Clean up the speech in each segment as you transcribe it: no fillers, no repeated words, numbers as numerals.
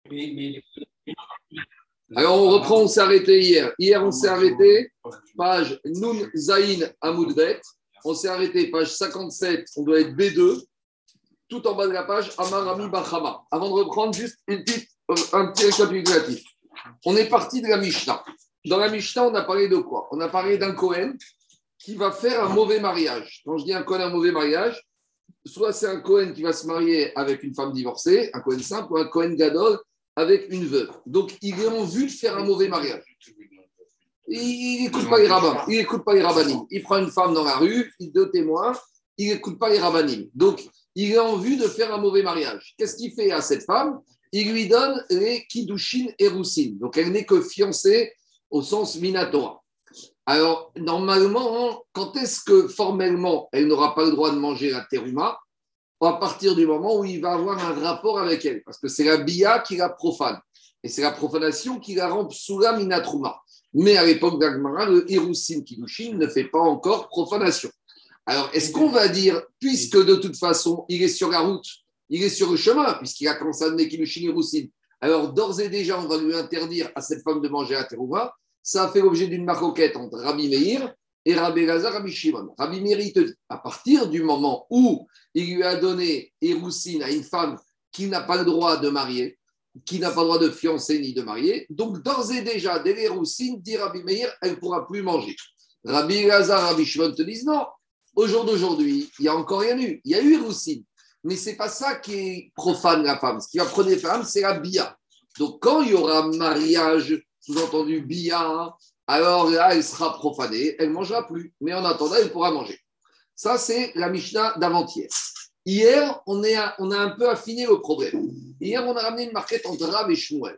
Alors, on reprend, on s'est arrêté hier. Hier, on s'est arrêté, page Nun Zain Amoudbet. On s'est arrêté, page 57, on doit être B2, tout en bas de la page, Amarami Bachama. Avant de reprendre, juste un petit récapitulatif. On est parti de la Mishnah. Dans la Mishnah, on a parlé de quoi? On a parlé d'un Kohen qui va faire un mauvais mariage. Quand je dis un Kohen, un mauvais mariage, soit c'est un Kohen qui va se marier avec une femme divorcée, un Kohen simple, ou un Kohen Gadol avec une veuve. Donc, il est en vue de faire un mauvais mariage. Il n'écoute pas les rabbins, il n'écoute pas les rabbanim. Il prend une femme dans la rue, il deux témoins, il n'écoute pas les rabbanim. Donc, il est en vue de faire un mauvais mariage. Qu'est-ce qu'il fait à cette femme? Il lui donne les kiddushin et roussines. Donc, elle n'est que fiancée au sens minatora. Alors, normalement, quand est-ce que formellement, elle n'aura pas le droit de manger la teruma? À partir du moment où il va avoir un rapport avec elle. Parce que c'est la bia qui la profane. Et c'est la profanation qui la rend psula minatruma. Mais à l'époque d'Agmara, le Hiroussin Kiddushin ne fait pas encore profanation. Alors, est-ce qu'on va dire, puisque de toute façon, il est sur la route, il est sur le chemin, puisqu'il a commencé à donner Kiddushin Hiroussin, alors d'ores et déjà, on va lui interdire à cette femme de manger la terouma. Ça a fait l'objet d'une maroquette entre Rabbi Meir et Rabbi Elazar, Rabbi Shimon. Rabbi Meir, il te dit, à partir du moment où il lui a donné Hiroussin à une femme qui n'a pas le droit de marier, qui n'a pas le droit de fiancer ni de marier. Donc, d'ores et déjà, dès les roussines, dit Rabbi Meir, elle ne pourra plus manger. Rabbi Lazar, Rabbi Shimon te disent non. Au jour d'aujourd'hui, il n'y a encore rien eu. Il y a eu roussines. Mais ce n'est pas ça qui profane la femme. Ce qui va prendre les femmes, c'est la bia. Donc, quand il y aura mariage, sous-entendu bia, alors là, elle sera profanée. Elle ne mangera plus. Mais en attendant, elle pourra manger. Ça, c'est la Mishnah d'avant-hier. Hier, on a un peu affiné le problème. Hier, on a ramené une marquette entre Rav et Shmuel.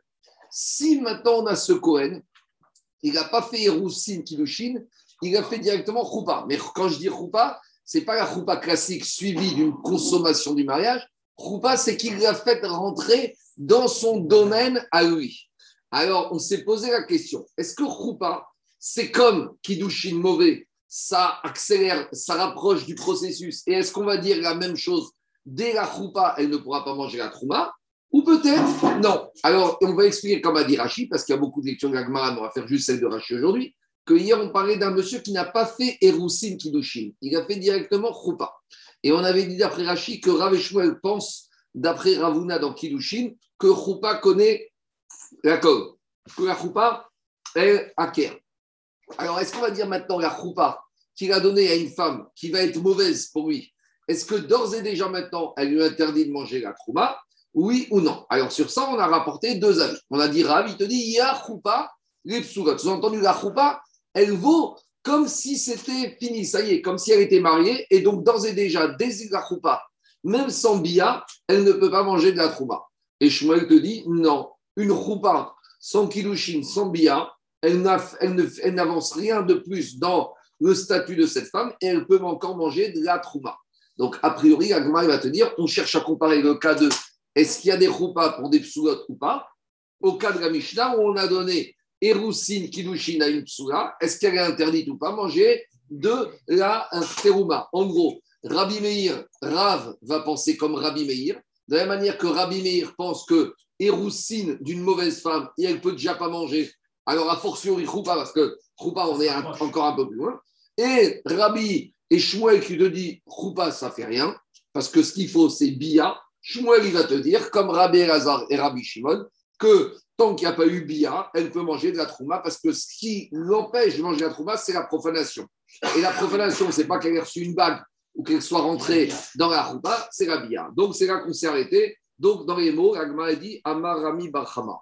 Si maintenant on a ce Kohen, il n'a pas fait Hiroussin Kiddushin, il a fait directement Choupa. Mais quand je dis Choupa, ce n'est pas la Choupa classique suivie d'une consommation du mariage. Choupa, c'est qu'il l'a fait rentrer dans son domaine à lui. Alors, on s'est posé la question, est-ce que Choupa, c'est comme Kiddushin mauvais? Ça accélère, ça rapproche du processus. Et est-ce qu'on va dire la même chose dès la choupa, elle ne pourra pas manger la trouma? Ou peut-être non. Alors, on va expliquer comme a dit Rashi, parce qu'il y a beaucoup de lectures de la Gemara, mais on va faire juste celle de Rashi aujourd'hui, que hier, on parlait d'un monsieur qui n'a pas fait Hiroussin Kiddushin. Il a fait directement choupa. Et on avait dit d'après Rashi que Rav et Shmuel pense, d'après Ravuna dans Kiddushin, que choupa connaît la code, que la choupa, elle acquiert. Alors, est-ce qu'on va dire maintenant la choupa qu'il a donnée à une femme qui va être mauvaise pour lui? Est-ce que d'ores et déjà maintenant, elle lui interdit de manger la trouma? Oui ou non? Alors, sur ça, on a rapporté deux avis. On a dit Rav, il te dit, il y a choupa, les psougat. Vous avez entendu la choupa? Elle vaut comme si c'était fini, ça y est, comme si elle était mariée. Et donc, d'ores et déjà, dès la choupa, même sans bia, elle ne peut pas manger de la trouma. Et Shmuel te dit, non, une choupa sans kiddushin, sans bia, elle n'avance rien de plus dans le statut de cette femme et elle peut encore manger de la trouma. Donc, a priori, Agma va te dire, on cherche à comparer le cas de est-ce qu'il y a des choupas pour des psoulotes ou pas? Au cas de la Mishnah, où on a donné Hiroussin Kiddushin à une psoula, est-ce qu'elle est interdite ou pas manger de la terouma? En gros, Rabbi Meir, Rav va penser comme Rabbi Meir, de la même manière que Rabbi Meir pense que Hiroussin d'une mauvaise femme et elle ne peut déjà pas manger. Alors, a fortiori, choupa, parce que choupa, on est encore un peu plus loin. Et Rabbi et Shmuel qui te dit choupa, ça fait rien, parce que ce qu'il faut, c'est bia. Shmuel, il va te dire, comme Rabbi Elazar et Rabbi Shimon, que tant qu'il n'y a pas eu bia, elle peut manger de la trouma, parce que ce qui l'empêche de manger de la trouma, c'est la profanation. Et la profanation, c'est pas qu'elle ait reçu une bague ou qu'elle soit rentrée dans la choupa, c'est la bia. Donc, c'est là qu'on s'est arrêté. Donc, dans les mots, l'Agma a dit Amar Rami Barchama.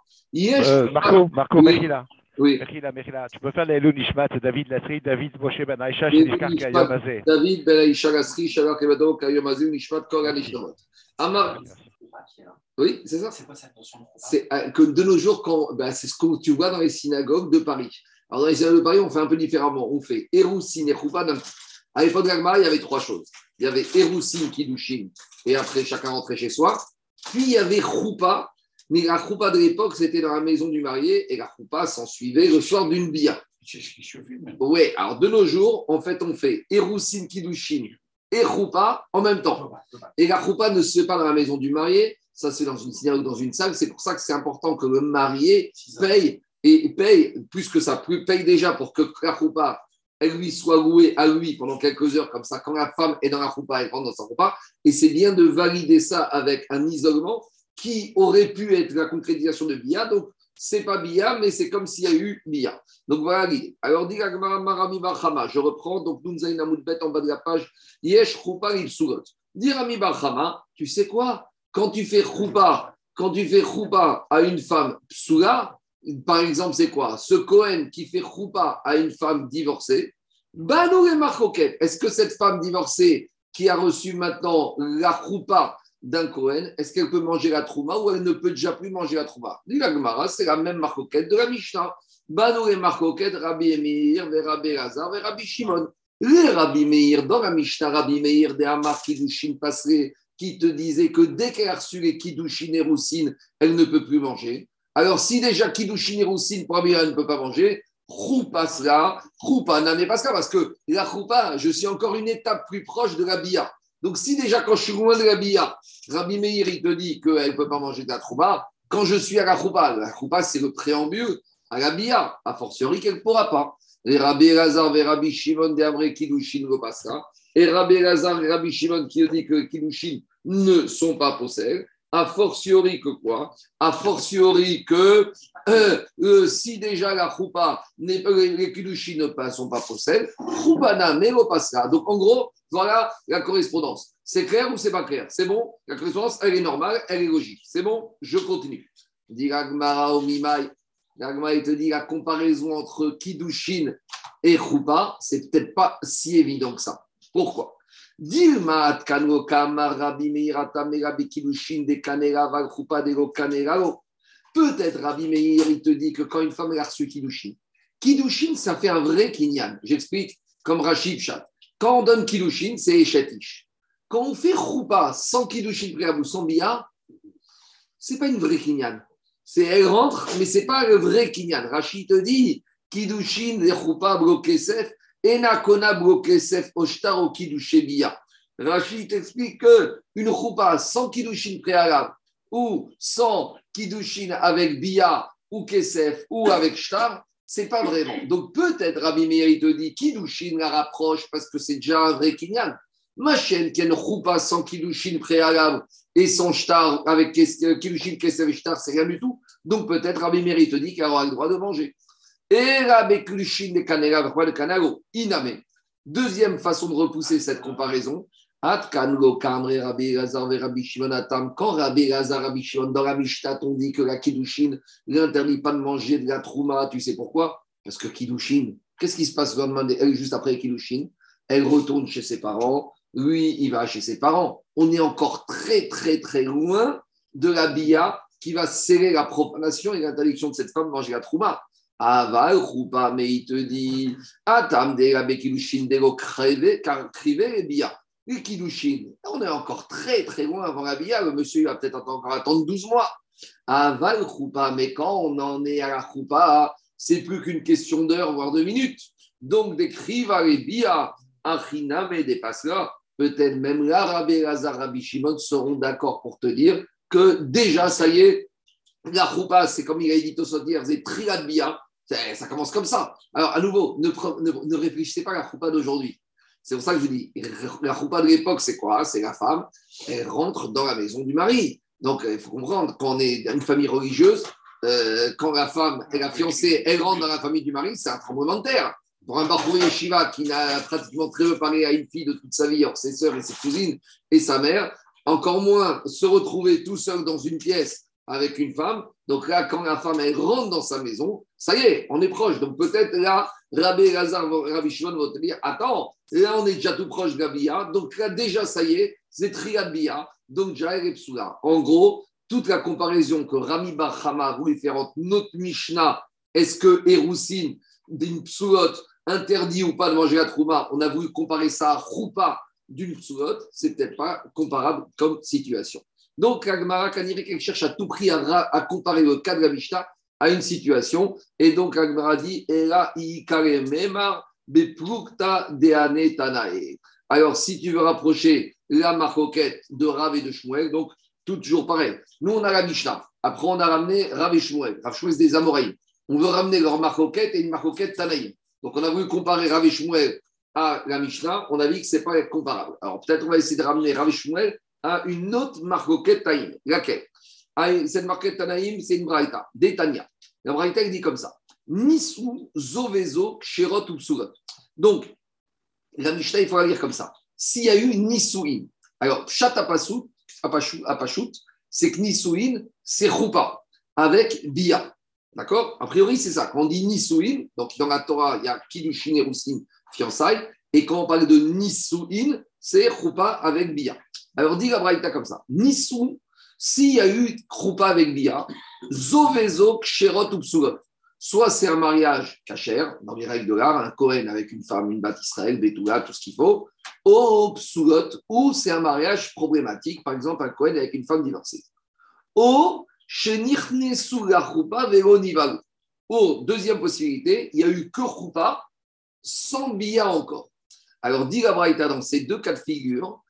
Marco, oui. Mechila. Oui. Mechila. Tu peux faire les Nishmat, David Lasri, David Moshe Ben Aïcha, Shinishkar Kayom Azeh. David Ben Aïcha Lasri, Shalak Evado, Kayom Azeh, Nishmat, Koran Nishtamot. Amar. Oui, c'est ça. C'est quoi cette notion de choupa? C'est que de nos jours, c'est ce que tu vois dans les synagogues de Paris. Alors, dans les synagogues de Paris, on fait un peu différemment. On fait Hiroussin et choupa. À l'époque de l'Agma, il y avait trois choses. Il y avait Hiroussin, Kiddushin, et après, chacun rentrait chez soi. Puis, il y avait choupa. Mais la choupa de l'époque, c'était dans la maison du marié et la choupa s'en suivait le soir d'une bia. Oui, alors de nos jours, en fait, on fait Hiroussin Kiddushin et choupa en même temps. Et la choupa ne se fait pas dans la maison du marié, ça c'est dans une synagogue, dans une salle. C'est pour ça que c'est important que le marié paye, et paye, plus que ça, paye déjà pour que la choupa, elle lui soit louée à lui pendant quelques heures, comme ça, quand la femme est dans la choupa, elle rentre dans sa choupa. Et c'est bien de valider ça avec un isolement qui aurait pu être la concrétisation de Bia. Donc, c'est pas Bia, mais c'est comme s'il y a eu Bia. Donc, voilà l'idée. Alors, dit la Gemara Marami Barchama, je reprends, donc, Nunzaïn Amoudbet en bas de la page, Yesh Choupa il Sugot. Dit Rami Barchama, tu sais quoi? Quand tu fais choupa à une femme psoula, par exemple, c'est quoi? Ce Cohen qui fait choupa à une femme divorcée, Banou et Marcoquet, est-ce que cette femme divorcée qui a reçu maintenant la choupa d'un Cohen, est-ce qu'elle peut manger la trouma ou elle ne peut déjà plus manger la trouma? Dit la Gemara, c'est la même Marcoquet de la Mishnah. Banou et Marcoquet, Rabbi Emir, Rabbi Lazar, Rabbi Shimon. Les Rabbi Meir, dans la Mishnah, Rabbi Meir de Amar Kiddushin Pasré, qui te disait que dès qu'elle a reçu les Kiddushin et Roussine, elle ne peut plus manger. Alors, si déjà Kiddushin et Roussine, pour Rabbi elle ne peut pas manger, Choupasra, Choupa Nane Pasra, parce que la Choupa, je suis encore une étape plus proche de la Bia. Donc, si déjà quand je suis loin de la Bia, Rabbi Meir, il te dit qu'elle ne peut pas manger de la Choupa, quand je suis à la Choupa, c'est le préambule à la Bia, a fortiori qu'elle ne pourra pas. Les Rabbi Elazar et Rabbi Shimon de Amré Kiddushin le passera. Et Rabbi Elazar et Rabbi Shimon qui dit que Kiddushin ne sont pas possèdés. A fortiori que quoi? A fortiori que si déjà la choupa, les Kiddushin ne sont pas possèdés, choupana mais le passera. Donc en gros, voilà la correspondance. C'est clair ou c'est pas clair? C'est bon? La correspondance, elle est normale, elle est logique. C'est bon? Je continue. Dit Gmara Omimai. L'agma, il te dit la comparaison entre Kiddushin et Choupa, c'est peut-être pas si évident que ça. Pourquoi? Dilma Kano Kamar Rabbi Meir Rabbi Kiddushin de Kanera Val Choupa de Kanera. Peut-être Rabbi Meir, il te dit que quand une femme a reçu Kiddushin, Kiddushin, ça fait un vrai kinyan. J'explique comme Rachid Chat. Quand on donne Kiddushin, c'est Eshetish. Quand on fait Choupa sans Kiddushin préalable ou sans Bia, c'est pas une vraie kinyan. Elle rentre, mais ce n'est pas le vrai kinyan. Rachid te dit Kiddushin, Choupa, Blokesef, Enakona, Blokesef, Oshtar, ou Kiddushin Bia. Rachid t'explique qu'une Choupa sans Kiddushin préalable ou sans Kiddushin avec Bia ou Kesef ou avec Shtar, ce n'est pas vraiment. Donc peut-être Rabbi Meir te dit Kiddushin la rapproche parce que c'est déjà un vrai kinyan. Ma chaîne qui a une choupa sans kiddushin préalable et sans shtar avec kiddushin kesef shtar, c'est rien du tout. Donc peut-être Rabbi Meir te dit qu'elle aura le droit de manger. Et Rabbi kiddushin de kanela, de kanalo, iname. Deuxième façon de repousser cette comparaison. At kanlo kamre Rabbi Lazar et Rabbi Shimon atam. Quand Rabbi Lazar, Rabbi Shimon dans la Mishnah on dit que la kiddushin n'interdit pas de manger de la trouma, tu sais pourquoi? Parce que kiddushin, qu'est-ce qui se passe le lendemain juste après kiddushin? Elle retourne chez ses parents. Lui, il va chez ses parents. On est encore très, très, très loin de la bia qui va sceller la profanation et l'interdiction de cette femme de manger la trouma. Aval, choupa, mais il te dit Atam de la bekidushin de lo crivé les bia. Les kidushin, on est encore très, très loin avant la bia. Le monsieur, il va peut-être encore attendre 12 mois. Aval, choupa, mais quand on en est à la choupa, c'est plus qu'une question d'heure, voire de minutes. Donc, des kriva les bia. Achinam et dépasse là, peut-être même là, Rabbi Lazar, Rabbi Shimon seront d'accord pour te dire que déjà, ça y est, la choupa, c'est comme il a dit Tosot hier, c'est trilat bia, ça commence comme ça. Alors, à nouveau, ne réfléchissez pas à la choupa d'aujourd'hui. C'est pour ça que je dis, la choupa de l'époque, c'est quoi? C'est la femme, elle rentre dans la maison du mari. Donc, il faut comprendre, quand on est dans une famille religieuse, quand la femme et la fiancée, elle rentre dans la famille du mari, c'est un tremblement de terre. Pour un Bachouri Yeshiva qui n'a pratiquement très peu parlé à une fille de toute sa vie, alors ses sœurs et ses cousines et sa mère, encore moins se retrouver tout seul dans une pièce avec une femme. Donc là, quand la femme elle rentre dans sa maison, ça y est, on est proche. Donc peut-être là, Rabbi Lazar, Rabbi Shimon vont te dire, attends, là on est déjà tout proche de la Bia. Donc là déjà, ça y est, c'est Triad Bia. Donc Jaël et Psoula. En gros, toute la comparaison que Rami Bar Chama voulait faire entre notre Mishnah, est-ce que Héroussine d'une Psoulot interdit ou pas de manger la trouma, on a voulu comparer ça à choupa d'une psoulot, c'est peut-être pas comparable comme situation. Donc, la Gemara Kanirek, elle cherche à tout prix à comparer le cas de la Mishnah à une situation. Et donc, la Gemara dit Ela ikare memar beplukta deane tanae. Alors, si tu veux rapprocher la marcoquette de Rav et de Shmuel, donc toujours pareil. Nous, on a la Mishnah. Après, on a ramené Rav et Shmuel. Rav Shmuel, c'est des Amoraïs. On veut ramener leur marcoquette et une marcoquette Tanaïm. Donc, on a voulu comparer Rav et Shmuel à la Mishnah. On a vu que ce n'est pas comparable. Alors, peut-être on va essayer de ramener Rav et Shmuel à une autre marcoquette Tanaïm. Laquelle? Cette marcoquette Tanaïm, c'est une braïta, des Tanya. La braïta, elle dit comme ça. Nisou, Zovezo, Kshirot ou Psulot. Donc, la Mishnah, il faut la lire comme ça. S'il y a eu Nisouin, alors, Chat Apashut, c'est que Nisouin, c'est Choupa, avec Bia. D'accord? A priori, c'est ça. Quand on dit Nisouin, donc dans la Torah, il y a Kiddushin et Roussin, fiançailles, et quand on parle de Nisouin, c'est Choupa avec Bia. Alors, dit la Braïta comme ça. Nisou, s'il y a eu Choupa avec Bia, Zovezo, Kshirot ou Psulot. Soit c'est un mariage cachère, dans les règles de l'art, un Kohen avec une femme, une bat Israël, Betula, tout ce qu'il faut, ou Psulot, ou c'est un mariage problématique, par exemple un Kohen avec une femme divorcée. Ou Shenichnesu la Choupa velo nivalu. Ou deuxième possibilité, il n'y a eu que Choupa sans Bia encore. Alors dit la Braïta dans ces deux cas de figure,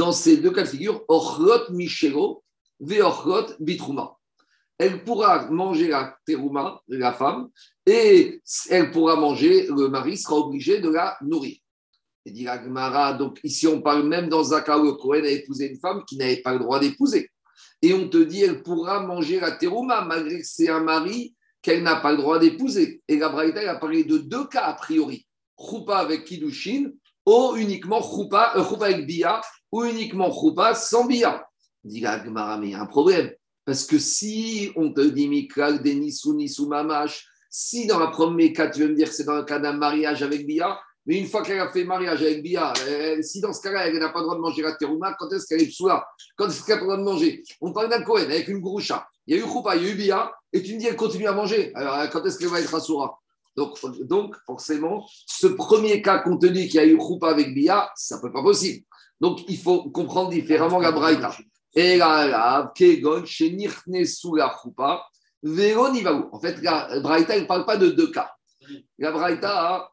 Ochlot Michelo ve Ochlot Bitrouma. Elle pourra manger la terouma, la femme, et elle pourra manger, le mari sera obligé de la nourrir. Et dit la Gemara, donc ici on parle même dans un cas où le Kohen a épousé une femme qui n'avait pas le droit d'épouser. Et on te dit, elle pourra manger la terouma, malgré que c'est un mari qu'elle n'a pas le droit d'épouser. Et la Braïta a parlé de deux cas a priori. Choupa avec Kiddushin, ou uniquement Choupa avec Bia, ou uniquement Choupa sans Bia. Dit la Gemara, mais il y a un problème. Parce que si on te dit Mikral, Denisou, Nisou, Mamash, si dans le premier cas, tu veux me dire que c'est dans le cas d'un mariage avec Bia, mais une fois qu'elle a fait mariage avec Bia, si dans ce cas-là, elle n'a pas le droit de manger la terouma, quand est-ce qu'elle est psoua? Quand est-ce qu'elle a pas le droit de manger? On parle d'un Kohen avec une groucha. Il y a eu Choupa, il y a eu Bia, et tu me dis qu'elle continue à manger. Alors, quand est-ce qu'elle va être assoura? Donc, forcément, ce premier cas qu'on te dit qu'il y a eu Choupa avec Bia, ça ne peut pas possible. Donc, il faut comprendre différemment la Braïta. Et là, Kegon, Shenichne sous la Choupa, Vélo Nivaou. En fait, la Braïta, ne parle pas de deux cas. La Braïta,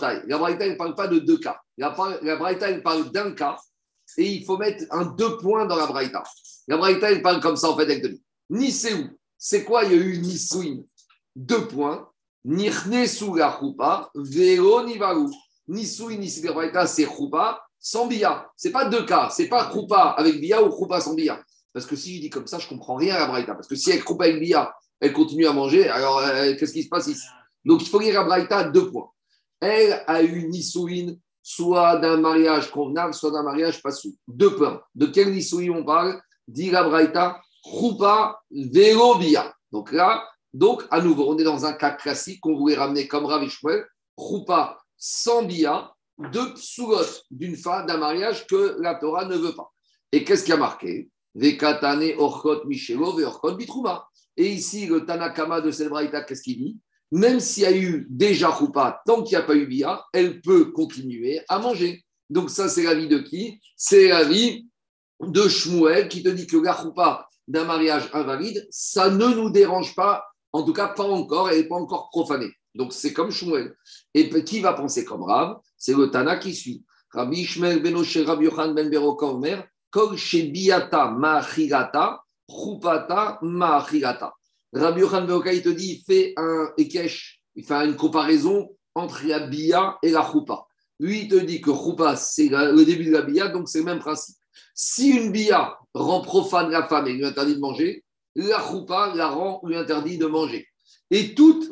ne parle pas de deux cas. La Braïta, elle parle d'un cas, et il faut mettre un deux points dans la Braïta. La Braïta, elle parle comme ça, en fait, avec de lui. Niséou, c'est quoi? Il y a eu Nisouin, deux points. Nichne sous la Choupa, Vélo Nivaou. Nisouin, la Braïta, c'est Choupa. Sans Bia. Ce n'est pas deux cas. Ce n'est pas Choupa avec Bia ou Choupa sans Bia. Parce que si je dis comme ça, je ne comprends rien à la Braïta. Parce que si elle Choupa avec Bia, elle continue à manger, alors qu'est-ce qui se passe ici? Donc il faut lire la Braïta à deux points. Elle a eu Nisouin, soit d'un mariage convenable, soit d'un mariage pas sous. Deux points. De quel Nisouin on parle? Dit la Braïta, Choupa, Vélo, Bia. Donc là, à nouveau, on est dans un cas classique qu'on voulait ramener comme Rav et Shmuel. Choupa sans Bia. Deux psoulot d'une femme, d'un mariage que la Torah ne veut pas. Et qu'est-ce qui a marqué? Vekatane orchot michelo ve orchot bitrouma. Et ici, le Tanakama de cette braïta, qu'est-ce qu'il dit? Même s'il y a eu déjà choupa, tant qu'il n'y a pas eu bia, elle peut continuer à manger. Donc ça, c'est l'avis de qui? C'est l'avis de Shmuel qui te dit que la choupa d'un mariage invalide, ça ne nous dérange pas, en tout cas pas encore, elle n'est pas encore profanée. Donc, c'est comme Shmuel. Et qui va penser comme Rav? C'est le Tana qui suit. Rabbi Ishmael ben Osher, Rabbi Yochanan ben Beroka Omer, Kol shebiata ma'achilata, chupata ma'achilata. Rabbi Yochanan ben Beroka, il te dit, il fait un ekesh, il fait une comparaison entre la bia et la chupa. Lui, il te dit que chupa, c'est le début de la bia, donc c'est le même principe. Si une bia rend profane la femme et lui interdit de manger, la chupa la rend lui interdit de manger. Et toutes,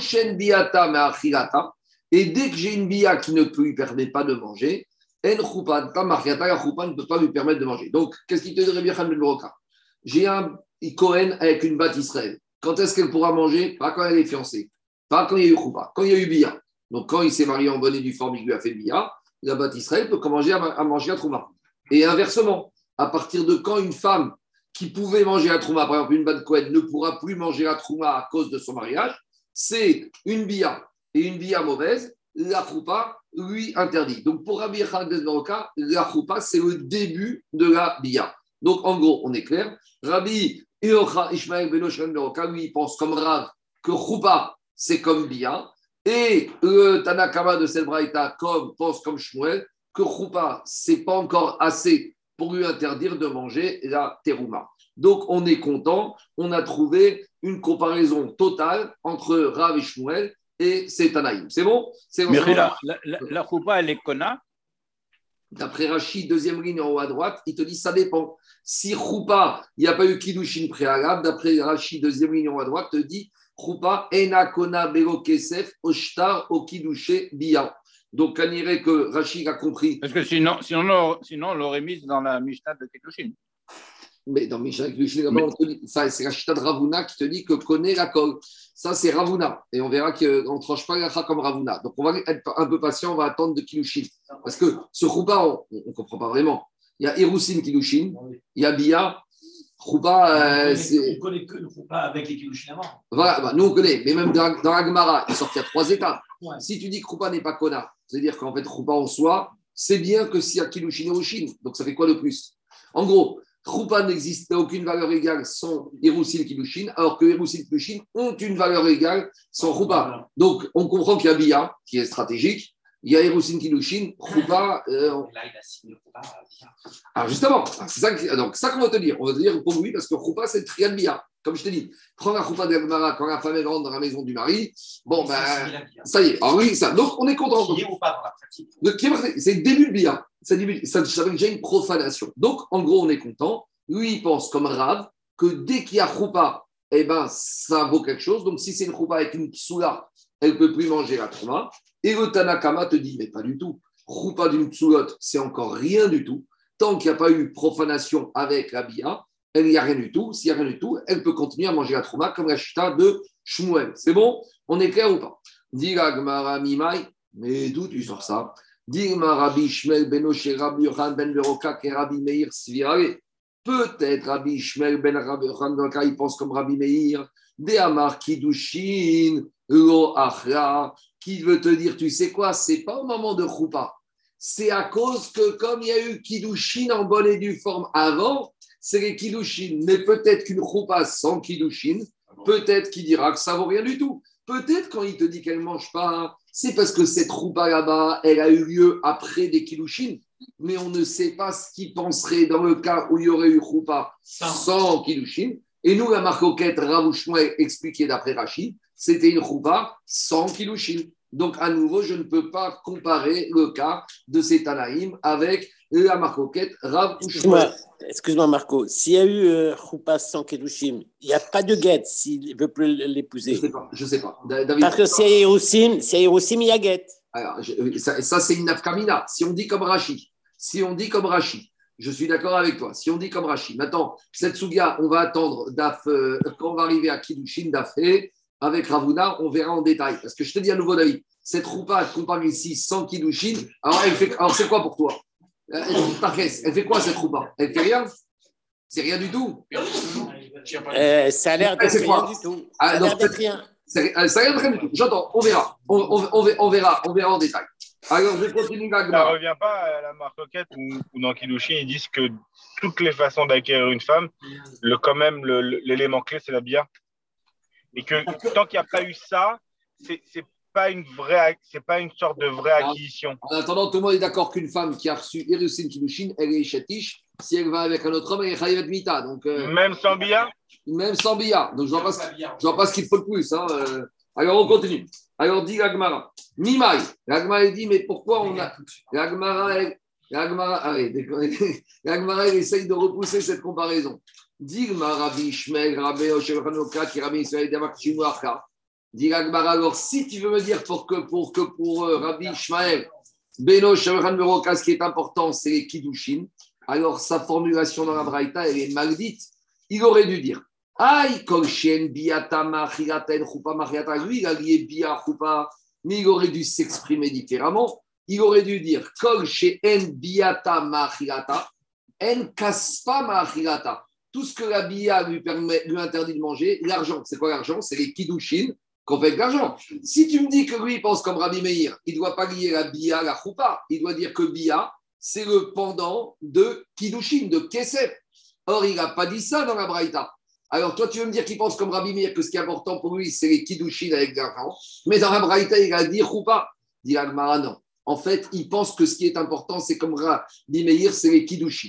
et dès que j'ai une bia qui ne lui permet pas de manger, la choupa ne peut pas lui permettre de manger. Donc, qu'est-ce qu'il te dit, Rabbi Yochanan ben Beroka? J'ai un Kohen avec une bat Israël. Quand est-ce qu'elle pourra manger? Pas quand elle est fiancée, pas quand il y a eu choupa, quand il y a eu bia. Donc, quand il s'est marié en bonne et due forme, il lui a fait bia, la bat Israël peut commencer à manger la trouma. Et inversement, à partir de quand une femme qui pouvait manger la trouma, par exemple une bat Kohen, ne pourra plus manger la trouma à cause de son mariage, c'est une bia. Et une bia mauvaise, la choupa lui interdit. Donc pour Rabbi Yochanan ben Beroka, la choupa, c'est le début de la bia. Donc en gros, on est clair. Rabbi Ishmael ben Beroka, lui, il pense comme Rav que choupa, c'est comme bia. Et le Tanakama de cette braïta pense comme Shmuel que choupa, c'est pas encore assez pour lui interdire de manger la terouma. Donc, on est content. On a trouvé une comparaison totale entre Rav et Shmuel et c'est Tanaïm. C'est bon? Mais la choupa, elle est kona. D'après Rashi, deuxième ligne en haut à droite, il te dit ça dépend. Si Choupa, il n'y a pas eu Kiddushin préalable, d'après Rashi, deuxième ligne en haut à droite, te dit Choupa, Ena Kona Belo Kesef, Oshtar, Okidushe, Bia. Donc, on dirait que Rashi a compris. Parce que sinon on l'aurait mise dans la Mishnah de Kiddushin. Mais dans Mishnah Kiddushin, ça, c'est la chita de Ravuna qui te dit que connaît la colle. Ça, c'est Ravuna. Et on verra qu'on ne tranche pas la comme Ravuna. Donc, on va être un peu patient, on va attendre de Kiddushin. Parce que ce Choupa, on ne comprend pas vraiment. Il y a Hirusin Kiddushin, il y a Bia. Choupa, on connaît que le Choupa avec les Kiddushin avant. Voilà, nous on connaît. Mais même dans la Gemara, il sort qu'il y a 3 étapes. Ouais. Si tu dis que Choupa n'est pas Kona, c'est-à-dire qu'en fait, Choupa en soi, c'est bien que s'il y a Kiddushin et Hirushin. Donc, ça fait quoi de plus? En gros, Choupa n'existe aucune valeur égale sans Hirusin Kiddushin, alors que Hirusin Kiddushin ont une valeur égale sans Choupa. Donc, on comprend qu'il y a Bia, qui est stratégique. Il y a Hirusin Kiddushin, Choupa. Là, il a signé Choupa. Alors, justement, c'est ça qu'on va te dire. On va te dire pour lui, parce que Choupa, c'est le triade Bia. Comme je te dis, prends la Choupa de la Gemara quand la femme est rentre dans la maison du mari. Bon, ben, ça y est. Alors, oui, ça. Donc, on est content. Qui est ou pas dans la pratique? C'est le début de Bia. Ça veut déjà une profanation. Donc, en gros, on est content. Lui, il pense comme Rav que dès qu'il y a Choupa, eh ben, ça vaut quelque chose. Donc, si c'est une Choupa avec une psoula, elle ne peut plus manger la Trouma. Et le Tanakama te dit, mais pas du tout. Choupa d'une psoulotte, c'est encore rien du tout. Tant qu'il n'y a pas eu profanation avec la Bia, il n'y a rien du tout. S'il n'y a rien du tout, elle peut continuer à manger la Trouma comme la chita de Shmuel. C'est bon? On est clair ou pas? Diga Gmara Mimai, mais d'où tu sors ça? Diga Rabbi Shmuel Benoche Rabbi Yohan Ben Beroka et Rabbi Meir Svirale. Peut-être Rabbi Shmuel Ben Rabbi Yohan Beroka, il pense comme Rabbi Meir. De Amar Kiddushin, Lo Achra, qui veut te dire, tu sais quoi, c'est pas au moment de Choupa. C'est à cause que comme il y a eu Kiddushin en bonne et due forme avant, c'est les Kiddushin. Mais peut-être qu'une Choupa sans Kiddushin, peut-être qu'il dira que ça vaut rien du tout. Peut-être quand il te dit qu'elle ne mange pas, c'est parce que cette Choupa là-bas, elle a eu lieu après des Kiddushin. Mais on ne sait pas ce qu'il penserait dans le cas où il y aurait eu Choupa sans Kiddushin. Et nous, la marcoquette Rav Shmuel expliquée d'après Rachid, c'était une Choupa sans Kiddushin. Donc, à nouveau, je ne peux pas comparer le cas de ces Tanaïm avec la marcoquette Rav Shmuel. Excuse-moi, Marco. S'il y a eu Choupa sans Kiddushin, il n'y a pas de guette s'il ne veut plus l'épouser. Je ne sais pas. David, parce que s'il y a Hirusim, il y a guette. Alors, ça, c'est une nafkamina. Si on dit comme Rachid, je suis d'accord avec toi. Si on dit comme Rachid, maintenant, cette Souga, on va attendre quand on va arriver à Kiddushin d'Afé, avec Ravuna, on verra en détail. Parce que je te dis à nouveau, David, cette Choupa qu'on parle ici sans Kiddushin, alors c'est quoi pour toi? Elle fait quoi cette Choupa? Elle fait rien? C'est rien du tout? Ça a l'air d'être rien du tout. Ça a l'air d'être rien. Ça a l'air d'être rien du tout. J'entends, on verra. On verra en détail. Alors, je continue. Ça ne revient pas à la marcoquette ou dans Kiddushin, ils disent que toutes les façons d'acquérir une femme, quand même, l'élément clé, c'est la bière. Et que tant qu'il n'y a pas eu ça, c'est pas une sorte de vraie acquisition. En attendant, tout le monde est d'accord qu'une femme qui a reçu Hirusin Kiddushin, elle est chatiche. Si elle va avec un autre homme, elle est chayavet mita. Donc, même sans bia. Même sans bia. Donc, je ne vois pas ce qu'il faut le plus. Hein. Alors, on continue. Alors, dit la Gemara. Mimai. La Gemara dit, mais pourquoi on a. La Gemara, elle essaye de repousser cette comparaison. Digma Rabbi Shmuel, Rabbi Oshevanoka, qui Rabbi Israël Damakchimu Arka. Dit la Gemara, alors si tu veux me dire pour Rabbi Shmuel, Beno Oshevanoka, ce qui est important, c'est les Kiddushin, alors sa formulation dans la Braïta, elle est mal dite. Il aurait dû dire Aïe, Kolchen, Biata, Machiaten, Choupa, Machiata. Lui, il a lié Bia, Choupa, mais il aurait dû s'exprimer différemment. Il aurait dû dire Kolchen, Biata, Machiata, En Kaspa, Machiata. Tout ce que la Bia lui interdit de manger, l'argent. C'est quoi l'argent? C'est les Kiddushin qu'on fait avec l'argent. Si tu me dis que lui, il pense comme Rabbi Meir, il ne doit pas lier la Bia à la Choupa. Il doit dire que Bia, c'est le pendant de Kiddushin, de Kesef. Or, il n'a pas dit ça dans la Braïta. Alors, toi, tu veux me dire qu'il pense comme Rabbi Meir que ce qui est important pour lui, c'est les Kiddushin avec l'argent. Mais dans la Braïta, il a dit Choupa. Dit Agmara, non. En fait, il pense que ce qui est important, c'est comme Rabbi Meir, c'est les Kiddushin.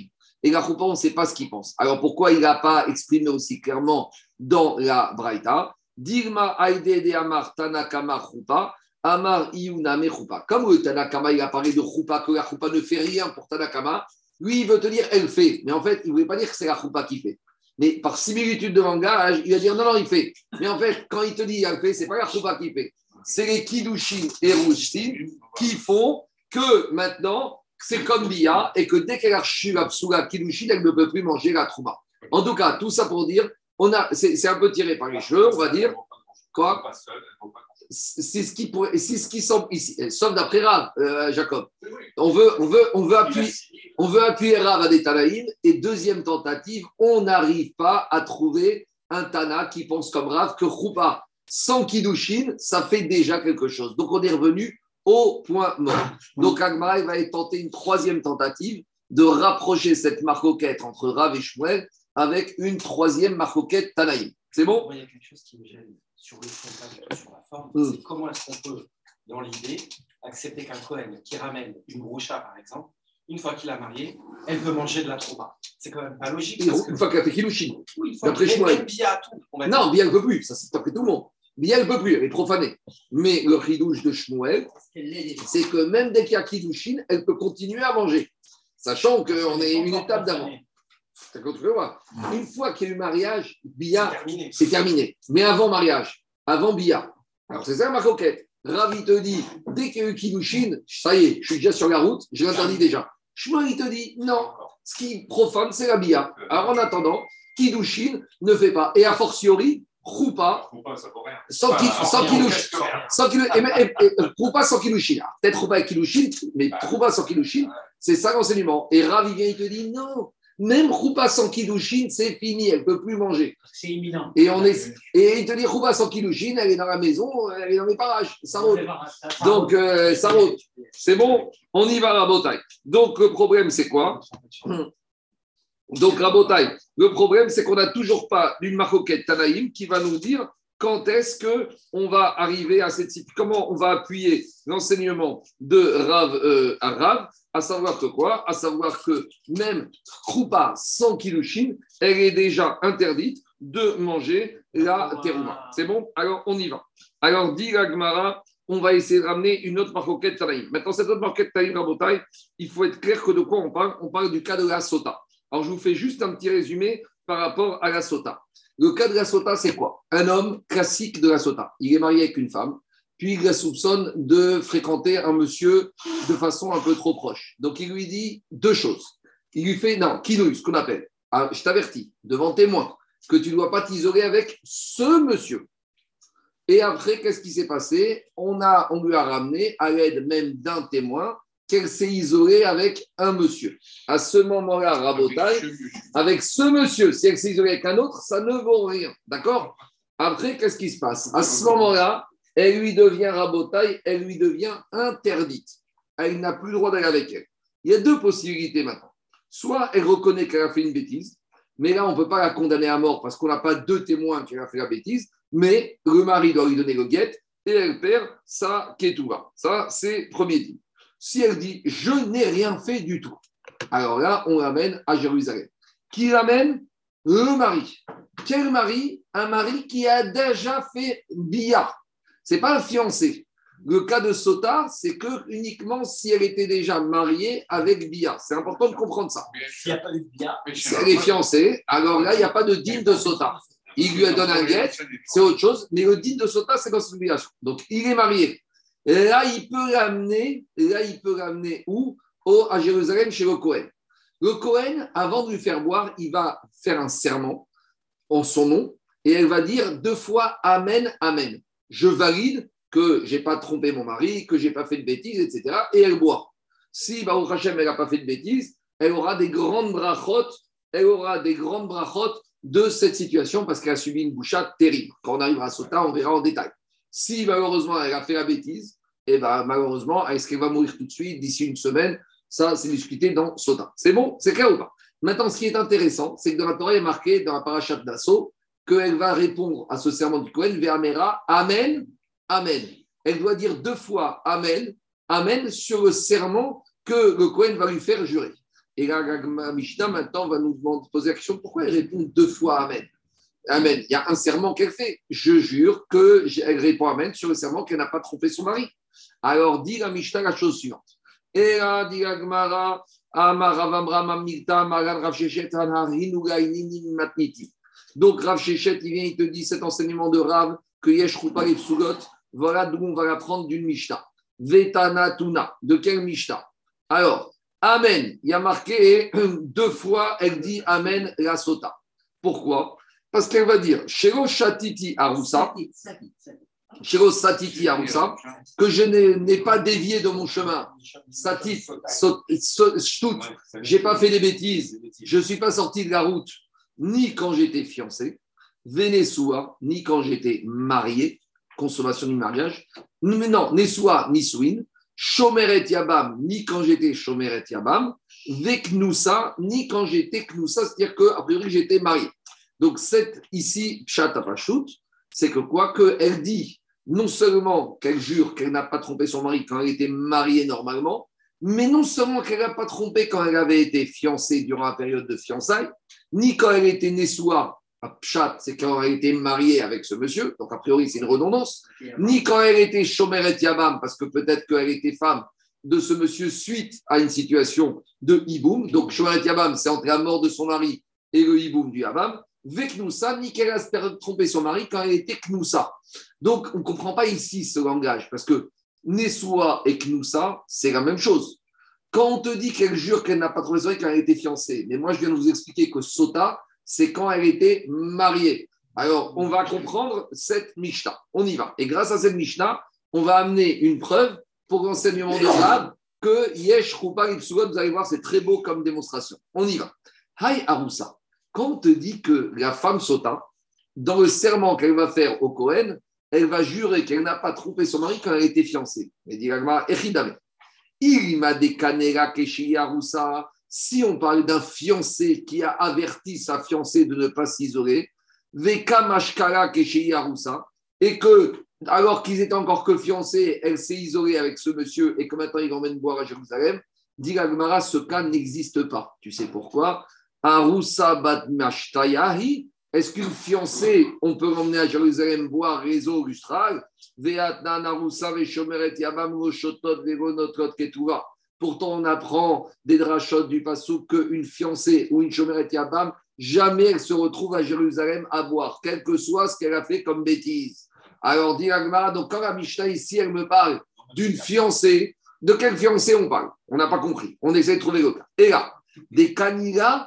Et la choupa, on ne sait pas ce qu'il pense. Alors pourquoi il n'a pas exprimé aussi clairement dans la Braïta? Dilma Aïde de Amar Tanakama choupa, Amar Iuname choupa. Comme le Tanakama, il a parlé de choupa, que la choupa ne fait rien pour Tanakama, lui, il veut te dire elle fait. Mais en fait, il ne voulait pas dire que c'est la choupa qui fait. Mais par similitude de langage, il va dire non, il fait. Mais en fait, quand il te dit elle fait, ce n'est pas la choupa qui fait. C'est les Kiddushin et Rouchtin qui font que maintenant, c'est comme Bia et que dès qu'elle a reçu la psoula Kiddushin, elle ne peut plus manger la trouma. En tout cas, tout ça pour dire, c'est un peu tiré par les cheveux, on va dire. Quoi? C'est ce qui semble ici, sauf d'après Rav, Jacob. On veut appuyer Rav à des Tanaïm et deuxième tentative, on n'arrive pas à trouver un Tana qui pense comme Rav que Choupa sans Kiddushin, ça fait déjà quelque chose. Donc on est revenu au point mort. Donc Agmara va tenter une troisième tentative de rapprocher cette marcoquette entre Rav et Shmuel avec une troisième marcoquette Tanaïm. C'est bon? Il y a quelque chose qui me gêne sur le fond, pas du tout sur la forme. C'est comment est-ce qu'on peut, dans l'idée, accepter qu'un Cohen qui ramène une groucha, par exemple, une fois qu'il a marié, elle veut manger de la trouba. C'est quand même pas logique. Une fois qu'elle a fait Kiddushin. Oui, d'après Shmuel. Bia tout. Non, Bia, elle ne peut plus. Ça, c'est d'après tout le monde. Bia, elle ne peut plus. Elle est profanée. Mais le Kiddush de Shmuel, c'est que même dès qu'il y a Kiddushin, elle peut continuer à manger. Sachant qu'on est une étape d'avant. Une fois qu'il y a eu mariage, Bia, c'est terminé. Mais avant mariage, avant Bia. Alors c'est ça ma coquette. Ravi te dit, dès qu'il y a eu Kiddushin, ça y est, je suis déjà sur la route, je l'interdis déjà. Shmuel, il te dit, non, ce qui profane, c'est la Bia. Alors en attendant, Kiddushin ne fait pas. Et a fortiori, Choupa, sans Kiddushin. Choupa sans Kiddushin. Peut-être Choupa avec Kiddushin, mais Choupa sans Kiddushin, c'est ça l'enseignement. Et Ravi vient, il te dit, non. Même Choupa sans Kiddushin, c'est fini, elle ne peut plus manger. C'est imminent. Et il te dit Choupa sans Kiddushin, elle est dans la maison, elle est dans les parages, ça roule. Donc, ça roule. C'est bon, on y va, Rabotai. Donc, le problème, c'est quoi? Donc, Rabotai, le problème, c'est qu'on n'a toujours pas une marcoquette Tanaïm qui va nous dire quand est-ce qu'on va arriver à cette situation, comment on va appuyer l'enseignement de Rav à Rav, à savoir que quoi? À savoir que même Choupa sans Kiddushin, elle est déjà interdite de manger la terouma. C'est bon? Alors, on y va. Alors, dit la Gemara, on va essayer de ramener une autre marcoquette Tanaïm. Maintenant, cette autre marcoquette Tanaïm, Rabotai, il faut être clair que de quoi on parle? On parle du cas de la sota. Alors, je vous fais juste un petit résumé par rapport à la sota. Le cas de la sota, c'est quoi? Un homme classique de la sota. Il est marié avec une femme, puis il la soupçonne de fréquenter un monsieur de façon un peu trop proche. Donc, il lui dit deux choses. Il lui fait, non, kinouï, ce qu'on appelle, je t'avertis, devant témoin, que tu ne dois pas t'isoler avec ce monsieur. Et après, qu'est-ce qui s'est passé? On lui a ramené, à l'aide même d'un témoin, qu'elle s'est isolée avec un monsieur. À ce moment-là, Rabotai, avec ce monsieur, si elle s'est isolée avec un autre, ça ne vaut rien. D'accord? Après, qu'est-ce qui se passe? À ce moment-là, elle lui devient Rabotai, elle lui devient interdite. Elle n'a plus le droit d'aller avec elle. Il y a deux possibilités maintenant. Soit elle reconnaît qu'elle a fait une bêtise, mais là, on ne peut pas la condamner à mort parce qu'on n'a pas deux témoins qui a fait la bêtise, mais le mari doit lui donner le guet et elle perd sa ketouva. Ça, c'est premier dit. Si elle dit « je n'ai rien fait du tout », alors là, on l'amène à Jérusalem. Qui l'amène? Le mari. Quel mari? Un mari qui a déjà fait bia. Ce n'est pas un fiancé. Le cas de Sota, c'est que uniquement si elle était déjà mariée avec bia. C'est important de comprendre ça. S'il n'y a pas eu de bia. Si elle est fiancée, alors là, il n'y a pas de digne de Sota. Il lui donne un guet, c'est autre chose, mais le digne de Sota, c'est dans cette obligation. Donc, il est marié. Et là, il peut l'amener où? À Jérusalem, chez le Cohen. Le Cohen, avant de lui faire boire, il va faire un serment en son nom et elle va dire 2 fois Amen, Amen. Je valide que je n'ai pas trompé mon mari, que je n'ai pas fait de bêtises, etc. Et elle boit. Si, Baruch Hashem, elle n'a pas fait de bêtises, elle aura des grandes brachot de cette situation parce qu'elle a subi une bouchade terrible. Quand on arrivera à Sota, on verra en détail. Si malheureusement elle a fait la bêtise, et ben malheureusement, est-ce qu'elle va mourir tout de suite d'ici une semaine? Ça, c'est discuté dans Sota. C'est bon? C'est clair ou pas? Maintenant, ce qui est intéressant, c'est que dans la Torah, il est marqué dans la parashat d'Asso qu'elle va répondre à ce serment du Kohen, Ve'amera, Amen, Amen. Elle doit dire 2 fois Amen, Amen sur le serment que le Kohen va lui faire jurer. Et là, la Mishnah, maintenant, va nous poser la question pourquoi elle répond 2 fois Amen. Amen. Il y a un serment qu'elle fait. Je jure qu'elle répond Amen sur le serment qu'elle n'a pas trompé son mari. Alors, dit la Mishnah la chose suivante. Et là, dit la Gemara, donc, Rav Shechet, il vient, il te dit cet enseignement de Rav, que Yesh Rupa et Psugot, voilà d'où on va l'apprendre d'une Mishnah. Vetana Tuna, de quelle Mishnah? Alors, Amen, il y a marqué 2 fois, elle dit Amen la Sota. Pourquoi? Parce qu'elle va dire Shelo Shatiti Arusa, Shelo Satiti Arusa, que je n'ai pas dévié de mon chemin. Satit, Shtut, je n'ai pas fait des bêtises, je ne suis pas sorti de la route, ni quand j'étais fiancé, Venesua, ni quand j'étais marié, consommation du mariage, non, Nesua, ni Souin, Shomeret Yabam, ni quand j'étais Shomeret Yabam, Veknoussa, ni quand j'étais Knoussa, c'est-à-dire qu'a priori j'étais marié. Donc, ici, Pshat Apashut, c'est que quoi qu'elle dit, non seulement qu'elle jure qu'elle n'a pas trompé son mari quand elle était mariée normalement, mais non seulement qu'elle n'a pas trompé quand elle avait été fiancée durant la période de fiançailles, ni quand elle était Nessoua, Pshat, c'est quand elle était mariée avec ce monsieur, donc a priori c'est une redondance, ni quand elle était Shomeret Yabam, parce que peut-être qu'elle était femme de ce monsieur suite à une situation de Hiboum, donc Shomeret Yabam, c'est entre la mort de son mari et le Hiboum du Yabam, Veknoussa, ni qu'elle a trompé son mari quand elle était Knoussa. Donc on ne comprend pas ici ce langage, parce que Nessoua et Knoussa, c'est la même chose. Quand on te dit qu'elle jure qu'elle n'a pas trompé son mari quand elle était fiancée, mais moi je viens de vous expliquer que Sota, c'est quand elle était mariée. Alors, on va comprendre cette Mishnah. On y va. Et grâce à cette Mishnah, on va amener une preuve pour l'enseignement de Rav que Yesh Rupa Ipsugot, vous allez voir, c'est très beau comme démonstration. On y va. Hay Aroussa. Quand on te dit que la femme Sota, dans le serment qu'elle va faire au Kohen, elle va jurer qu'elle n'a pas trompé son mari quand elle était fiancée. Elle dit l'agma Echidame. Il m'a décanera Keshi Aroussa. Si on parle d'un fiancé qui a averti sa fiancée de ne pas s'isoler, Veka Mashkara Keshei Aroussa, et que, alors qu'ils étaient encore que fiancés, elle s'est isolée avec ce monsieur et que maintenant il l'emmène boire à Jérusalem, dit la Gemara, ce cas n'existe pas. Tu sais pourquoi? Aroussa Bat Mashtayahi, est-ce qu'une fiancée, on peut l'emmener à Jérusalem boire réseau lustral? Veatnan Aroussa Veshomeret Yabam Moshotot Vegonotot Ketuva. Pourtant, on apprend des drachot du Passouk qu'une fiancée ou une Shomeret Yabam, jamais elle se retrouve à Jérusalem à boire, quel que soit ce qu'elle a fait comme bêtise. Alors, dit la Gemara, donc quand la Mishnah ici, elle me parle d'une fiancée, de quelle fiancée on parle? On n'a pas compris. On essaie de trouver le cas. Et là, des Kanila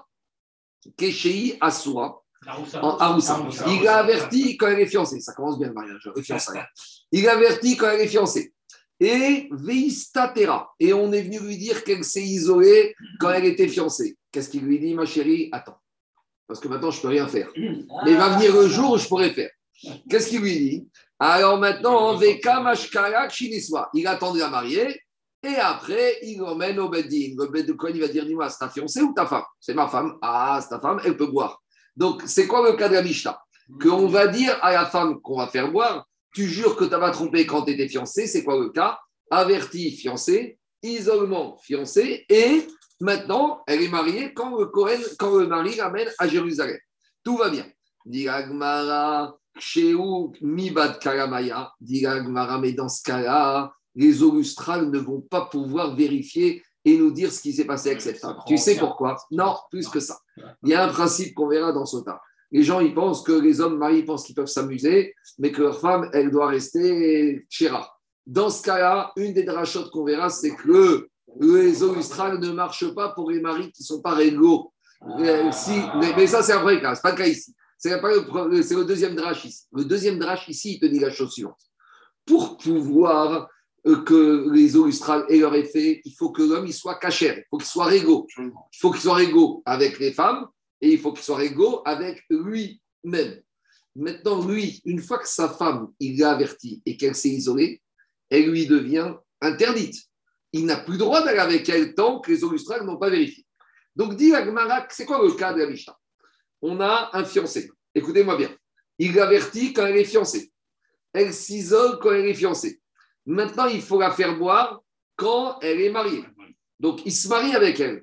Keshei Asura, en Aroussa. Il a averti quand elle est fiancée. Ça commence bien le mariage, les fiançailles. Il a averti quand elle est fiancée. Et Veistatera. Et on est venu lui dire qu'elle s'est isolée quand elle était fiancée. Qu'est-ce qu'il lui dit, ma chérie? Attends. Parce que maintenant, je ne peux rien faire. Mais va venir le jour où je pourrai faire. Qu'est-ce qu'il lui dit? Alors maintenant, Veka Mashkara Kshiniswa. Il attend de la marier. Et après, il l'emmène au Beddin. Le Beddin, il va dire, dis-moi, c'est ta fiancée ou ta femme? C'est ma femme. Ah, c'est ta femme, elle peut boire. Donc, c'est quoi le cas de la Mishnah? Qu'on va dire à la femme qu'on va faire boire, tu jures que tu n'as pas trompé quand tu étais fiancé, c'est quoi le cas? Averti, fiancé, isolement, fiancé, et maintenant, elle est mariée quand le mari l'amène à Jérusalem. Tout va bien. Dit Agmara, Sheu Mibad Karamaya, dit Agmara, mais dans ce cas-là, les eaux lustrales ne vont pas pouvoir vérifier et nous dire ce qui s'est passé avec cette femme. Tu sais pourquoi? Non, plus que ça. Il y a un principe qu'on verra dans Sota. Les gens, ils pensent que les hommes mariés pensent qu'ils peuvent s'amuser, mais que leur femme, elle doit rester chéra. Dans ce cas-là, une des drachotes qu'on verra, c'est que les eaux lustrales ne marchent pas pour les maris qui ne sont pas réglo. Mais ça, c'est un vrai cas. Ce n'est pas le cas ici. C'est le deuxième drache ici. Le deuxième drache ici, il te dit la chose suivante. Pour pouvoir que les eaux lustrales aient leur effet, il faut que l'homme il soit cachère, il faut qu'il soit réglo. Il faut qu'il soit réglo avec les femmes et il faut qu'il soit réglo avec lui-même. Maintenant, lui, une fois que sa femme, il l'a averti et qu'elle s'est isolée, elle lui devient interdite. Il n'a plus le droit d'aller avec elle tant que les eaux lustrales n'ont pas vérifié. Donc, dit la Gemara, c'est quoi le cas de la Mishnah? On a un fiancé. Écoutez-moi bien. Il l'avertit quand elle est fiancée. Elle s'isole quand elle est fiancée. Maintenant, il faut la faire boire quand elle est mariée. Donc, il se marie avec elle.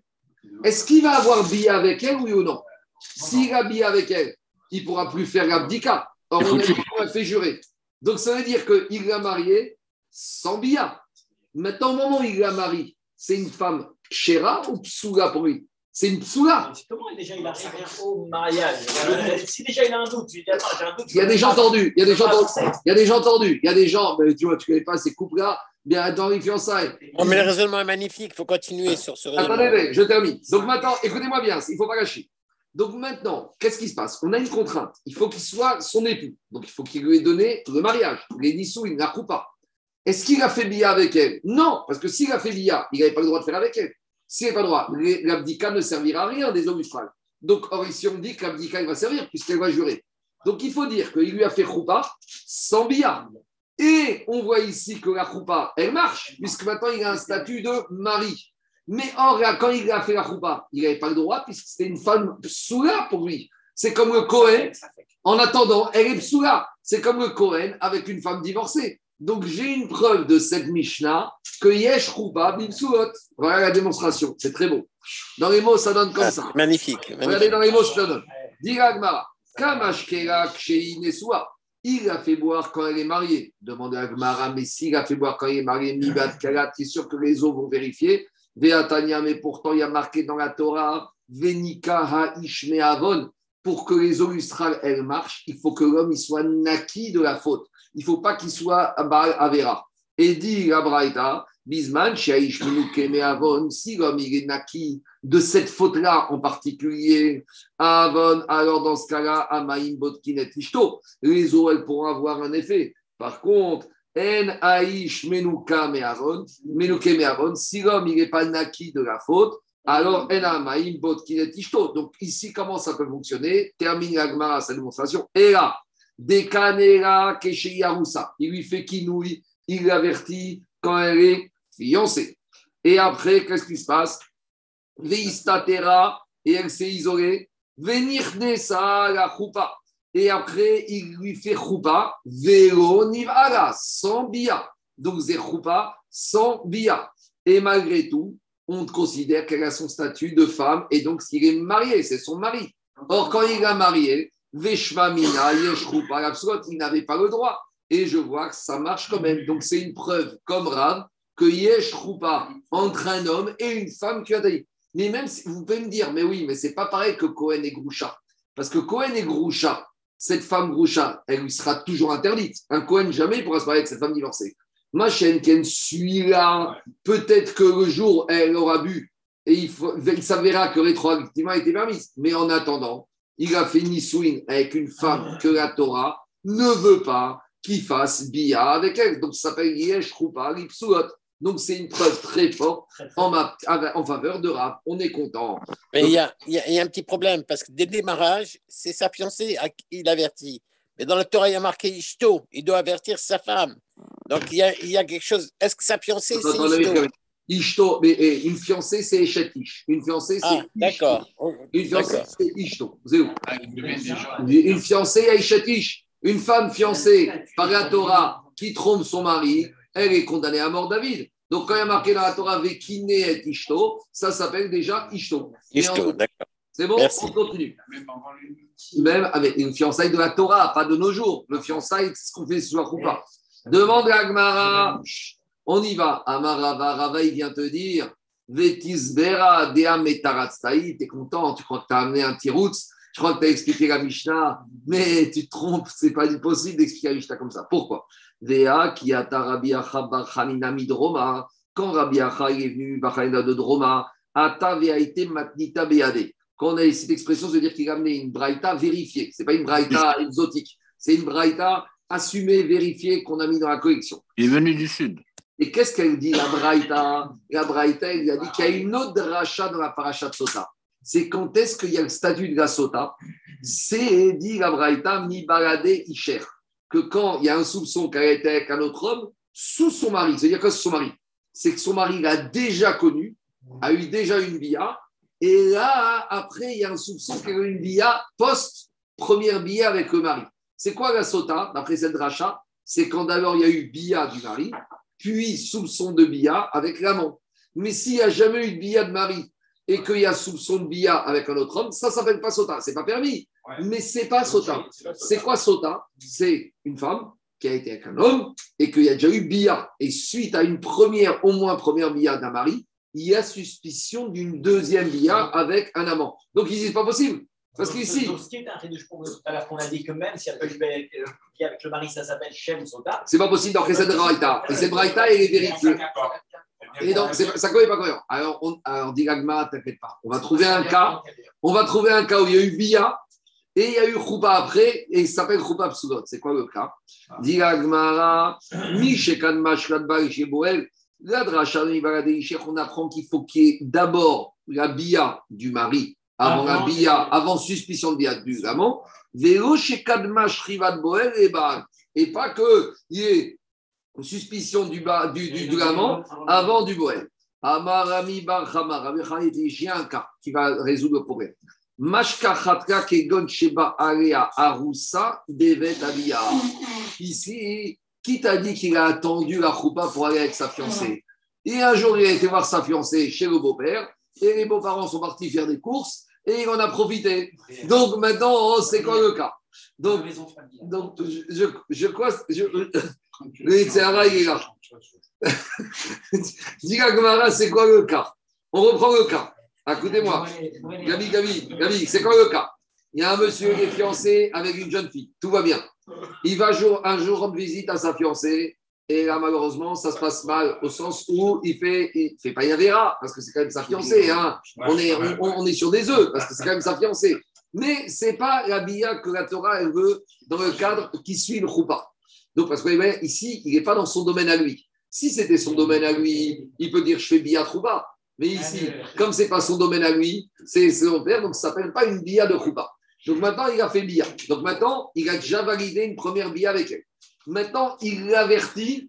Est-ce qu'il va avoir bia avec elle, oui ou non? S'il a bia avec elle, il ne pourra plus faire l'abdika. Or, on a fait jurer. Donc, ça veut dire qu'il l'a mariée sans bia. Maintenant, au moment où il la marie, c'est une femme chéra ou psoula pour lui? C'est une psoula. Comment déjà il arrive au mariage? Si déjà il a un doute, j'ai un doute. Il y a des gens tordus. Il y a des gens, mais tu vois, tu ne connais pas ces couples-là, bien dans les fiançailles. Oh, mais le raisonnement est magnifique. Il faut continuer sur ce raisonnement. Attendez, je termine. Donc maintenant, écoutez-moi bien, il ne faut pas lâcher. Donc maintenant, qu'est-ce qui se passe? On a une contrainte. Il faut qu'il soit son époux. Donc il faut qu'il lui ait donné le mariage. Les dissous, il ne la coupe pas. Est-ce qu'il a fait bia avec elle? Non, parce que s'il a fait bia, il n'avait pas le droit de faire avec elle. S'il n'avait pas le droit, l'abdika ne servira à rien des hommes musulmans. Donc, or, ici, on dit que l'abdika, il va servir puisqu'elle va jurer. Donc, il faut dire qu'il lui a fait choupa sans bia. Et on voit ici que la choupa, elle marche, puisque maintenant, il a un statut de mari. Mais or, quand il a fait la choupa, il n'avait pas le droit puisque c'était une femme psoula pour lui. C'est comme le Cohen. En attendant, elle est psoula. C'est comme le Cohen avec une femme divorcée. Donc, j'ai une preuve de cette Mishnah que Yesh Choupa Bimsuot. Voilà la démonstration. C'est très beau. Dans les mots, ça donne comme ça. Magnifique. Regardez dans les mots, je te donne. Dira Gmara. Kamashkera Kshei Nesua. Il a fait boire quand elle est mariée. Demandez à Gmara, mais s'il a fait boire quand il est marié, Mibat Kalat, c'est sûr que les eaux vont vérifier. Veatania, mais pourtant, il y a marqué dans la Torah, Venika Haishme Avon. Pour que les eaux lustrales, elles marchent, il faut que l'homme il soit naki de la faute. Il ne faut pas qu'il soit Baal Avera. Et dit la Braïta, Bisman, Shaish Minukeme Avon, si l'homme il est naki de cette faute-là en particulier, Avon, alors dans ce cas-là, Amaim Botkinet Ishto, les eaux elles pourront avoir un effet. Par contre, En Aish Menukame Avon, si l'homme il n'est pas naki de la faute, alors En Botkinet Ishto. Donc ici, comment ça peut fonctionner? Termine la Gemara sa démonstration. Et là, Dekanera Kesheyarousa. Il lui fait kinouille, il l'avertit quand elle est fiancée. Et après, qu'est-ce qui se passe? Veistatera, et elle s'est isolée. Venirnesa la choupa. Et après, il lui fait choupa, velo nivara, sans bia. Donc, c'est choupa sans bia. Et malgré tout, on considère qu'elle a son statut de femme, et donc, s'il est marié, c'est son mari. Or, quand il a marié, Veshmamina, Yeshroupa, l'absolute, il n'avait pas le droit. Et je vois que ça marche quand même. Donc, c'est une preuve, comme Rav, que Yeshroupa entre un homme et une femme qui a dit. Mais même si vous pouvez me dire, mais oui, mais c'est pas pareil que Cohen et Groucha. Parce que Cohen et Groucha, cette femme Groucha, elle lui sera toujours interdite. Un Cohen, jamais il pourra se marier avec cette femme divorcée. Ma chaîne, celui-là, peut-être que le jour, elle aura bu et il s'avérera que rétroactivement, elle était permise. Mais en attendant, il a fait Nisouin avec une femme que la Torah ne veut pas qu'il fasse bia avec elle. Donc, ça s'appelle Yesh Choupa Lipsuot. Donc, c'est une preuve très forte en faveur de Rav. On est content. Mais il y a un petit problème, parce que dès le démarrage, c'est sa fiancée à qui il avertit. Mais dans la Torah, il y a marqué Ishto. Il doit avertir sa femme. Donc, il y a quelque chose. Est-ce que sa fiancée, c'est Ishto? Ishto, mais une fiancée, c'est Eshetish. Une fiancée, c'est Ishto. D'accord. Une fiancée, c'est Ishto. Une fiancée à Eshetish. Une femme fiancée par la Torah qui trompe son mari, elle est condamnée à mort David. Donc, quand il y a marqué dans la Torah Vekine et Ishto, ça s'appelle déjà Ishto. Ishto, d'accord. C'est bon? Merci. On continue. Même avec une fiançaille de la Torah, pas de nos jours. Le fiançaille, c'est ce qu'on fait soir ou pas. Demande à Agmara. On y va. Amarava, Rava, il vient te dire Vetisbera, Dea Metaratztaï. T'es content, tu crois que tu as amené un petit roots. Je crois que tu as expliqué la Mishnah, mais tu te trompes, c'est pas possible d'expliquer la Mishnah comme ça. Pourquoi? Vea qui a ta Rabbi Acha Bachanina Midroma. Quand Rabbi Acha est venu Bachanina de Droma, Ata Veaite Matnita Beade. Quand on a cette expression, ça veut dire qu'il a amené une braïta vérifiée. Ce n'est pas une braïta exotique. C'est une braïta assumée, vérifiée, qu'on a mis dans la collection. Il est venu du Sud. Et qu'est-ce qu'elle dit, la braïta? La braïta, elle lui a dit qu'il y a une autre dracha dans la paracha de Sota. C'est quand est-ce qu'il y a le statut de la Sota? C'est, dit la braïta, mi balade isher. Que quand il y a un soupçon qu'elle était avec un autre homme, sous son mari. C'est-à-dire que son mari, c'est que son mari l'a déjà connu, a eu déjà une bia. Et là, après, il y a un soupçon qu'il y a une bia post-première bia avec le mari. C'est quoi la sota, d'après cette dracha? C'est quand d'abord il y a eu bia du mari, puis soupçon de bia avec l'amant. Mais s'il n'y a jamais eu de bia de mari et qu'il y a soupçon de bia avec un autre homme, ça ne s'appelle pas sota. Ce n'est pas permis, mais ce n'est pas sota. C'est quoi sota? C'est une femme qui a été avec un homme et qu'il y a déjà eu bia. Et suite à au moins première bia d'un mari, il y a suspicion d'une deuxième bia avec un amant. Donc ils disent pas possible. Parce qu'ici. Donc, ce qui est un de tout à l'heure qu'on a dit que même si elle peut avec le mari, ça s'appelle Shem Sota. C'est pas possible dans cette braïta. Et cette braïta, elle est vérifiée. Et donc, ça ne connaît pas cohérent. Alors dit Gagma, t'inquiète pas. On va trouver un cas où il y a eu bia et il y a eu choupa après, et il s'appelle choupa psoulot. C'est quoi le cas? Dit Gagmara, Mishekan Mashkat Barishe Boel. Là, on apprend qu'il faut qu'il y ait d'abord la bia du mari avant suspicion de bia du amant, et pas qu'il y ait suspicion de l'amant avant du boel. Amarami Barhama, j'ai un cas qui va résoudre le problème. Mashka Khatka Kegon Sheba Alea Arusa Devet Alia. Ici, qui t'a dit qu'il a attendu la choupa pour aller avec sa fiancée? Et un jour, il a été voir sa fiancée chez le beau-père, et les beaux-parents sont partis faire des courses, et il en a profité. Donc maintenant, c'est quoi le cas? Donc le Tzahara, il est là. Dis-moi, Gomara, c'est quoi le cas? On reprend le cas. Écoutez-moi. Gabi, c'est quoi le cas? Il y a un monsieur qui est fiancé avec une jeune fille. Tout va bien. Il va un jour rendre visite à sa fiancée. Et là, malheureusement, ça se passe mal au sens où il fait pas Yavera, parce que c'est quand même sa fiancée. Hein. On est sur des œufs, parce que c'est quand même sa fiancée. Mais ce n'est pas la bia que la Torah elle veut dans le cadre qui suit le choupa. Donc, parce que ici, il n'est pas dans son domaine à lui. Si c'était son domaine à lui, il peut dire je fais bia choupa. Mais ici, comme ce n'est pas son domaine à lui, c'est son père, donc ça ne s'appelle pas une bia de choupa. Donc maintenant, il a fait bia. Donc maintenant, il a déjà validé une première bia avec elle. Maintenant, il l'avertit,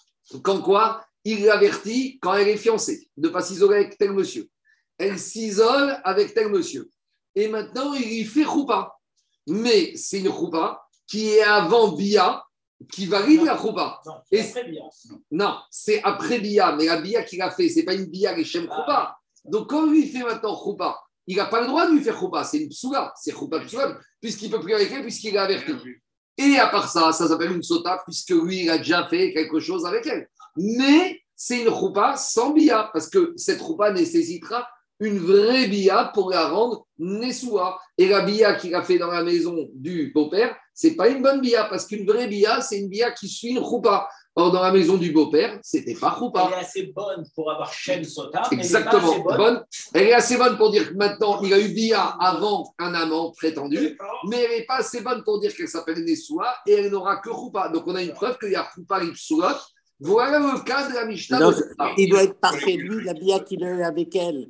il l'avertit quand elle est fiancée, de ne pas s'isoler avec tel monsieur. Elle s'isole avec tel monsieur. Et maintenant, il lui fait choupa. Mais c'est une choupa qui est avant bia, qui valide la choupa. Non, c'est après bia. Mais la bia qu'il a fait, ce n'est pas une bia Rechem choupa. Donc quand lui fait maintenant choupa, il n'a pas le droit de lui faire choupa. C'est une psoula. C'est choupa psoula, puisqu'il ne peut plus avec elle, puisqu'il l'a averti. Et à part ça, ça s'appelle une sota, puisque lui, il a déjà fait quelque chose avec elle. Mais c'est une choupa sans bia, parce que cette choupa nécessitera une vraie bia pour la rendre nessoua. Et la bia qu'il a fait dans la maison du beau-père, c'est pas une bonne bia, parce qu'une vraie bia, c'est une bia qui suit une choupa. Or, dans la maison du beau-père, c'était pas choupa. Elle est assez bonne pour avoir Shem Sota. Exactement. Elle est assez bonne pour dire que maintenant, il a eu bia avant un amant prétendu, mais elle n'est pas assez bonne pour dire qu'elle s'appelle Nessoua et elle n'aura que choupa. Donc, on a une preuve qu'il y a choupa l'ipsoulot. Voilà le cas de la Mishnah. Donc, il doit être parfait, lui, la bia qu'il a eu avec elle.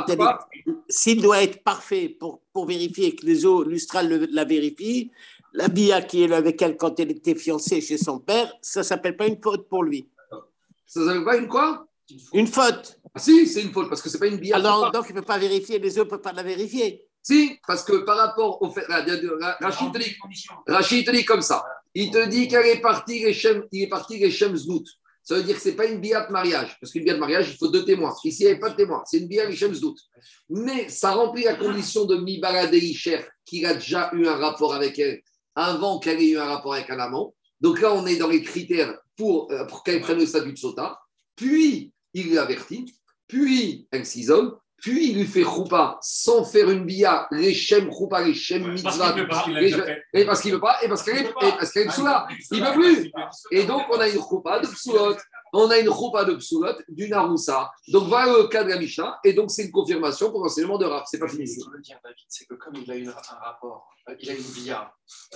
S'il doit être parfait pour vérifier que les eaux lustrales la vérifient, la bia qui est avec elle quand elle était fiancée chez son père, ça ne s'appelle pas une faute pour lui. Ça ne s'appelle pas une quoi? Une faute. Ah, si, c'est une faute, parce que ce n'est pas une bia. Alors, donc, il ne peut pas vérifier, les eaux ne peuvent pas la vérifier. Si, parce que par rapport au fait, Rachid te dit comme ça. Il te dit qu'elle est partie les Shem Znout. Ça veut dire que ce n'est pas une bia de mariage, parce qu'une bia de mariage, il faut 2 témoins. Ici, il n'y avait pas de témoins, c'est une bia les Shem Znout. Mais ça remplit la condition de Mibaradei Cher, qu'il a déjà eu un rapport avec elle avant qu'elle ait eu un rapport avec un amant. Donc là, on est dans les critères pour qu'elle prenne le statut de sota. Puis, il l'avertit. Puis, elle s'isole. Puis, il lui fait choupa sans faire une bia, les shem choupa, les shem mitzvah. Et parce qu'il ne veut pas, et parce qu'elle est psoula. Il ne veut plus. Et donc, on a une choupa de psoulot. On a une choupa de psoulot d'une aroussa. Donc, voilà le cas de la Mishnah. Et donc, c'est une confirmation pour l'enseignement de Rav. Ce n'est pas fini. Ce que veut dire David, c'est que comme il a eu un rapport, il a une bia,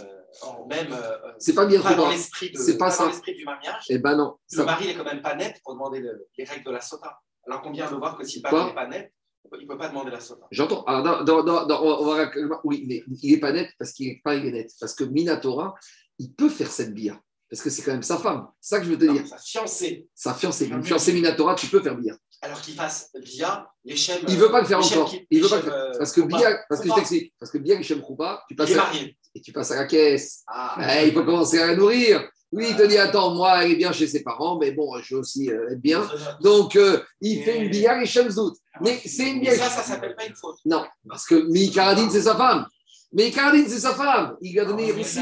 c'est pas bien dans l'esprit du mariage. Eh ben non. Le mari n'est quand même pas net pour demander les règles de la sota. Alors qu'on vient de voir que si le mari n'est pas net, il ne peut pas demander la sota. J'entends. Alors, oui, mais il n'est pas net parce qu'il n'est pas net. Parce que Minatora, il peut faire cette bia. Parce que c'est quand même sa femme. C'est ça que je veux te dire. Sa fiancée. Une fiancée Minatora, tu peux faire bia. Alors qu'il fasse bia, les shem. Il ne veut pas le faire encore. Il veut pas le faire. Parce que je t'explique. Parce que bia, les shem choupa, tu passes à la caisse. Il faut commencer à la nourrir. Lui, il te dit, attends, moi, elle est bien chez ses parents, mais bon, je veux aussi être bien. Donc, il fait une bia et Shamzout. Mais c'est une bia. Ça s'appelle pas une faute. Non, parce que Mikaradine, c'est sa femme. Mikaradine, c'est sa femme. Il a donné aussi.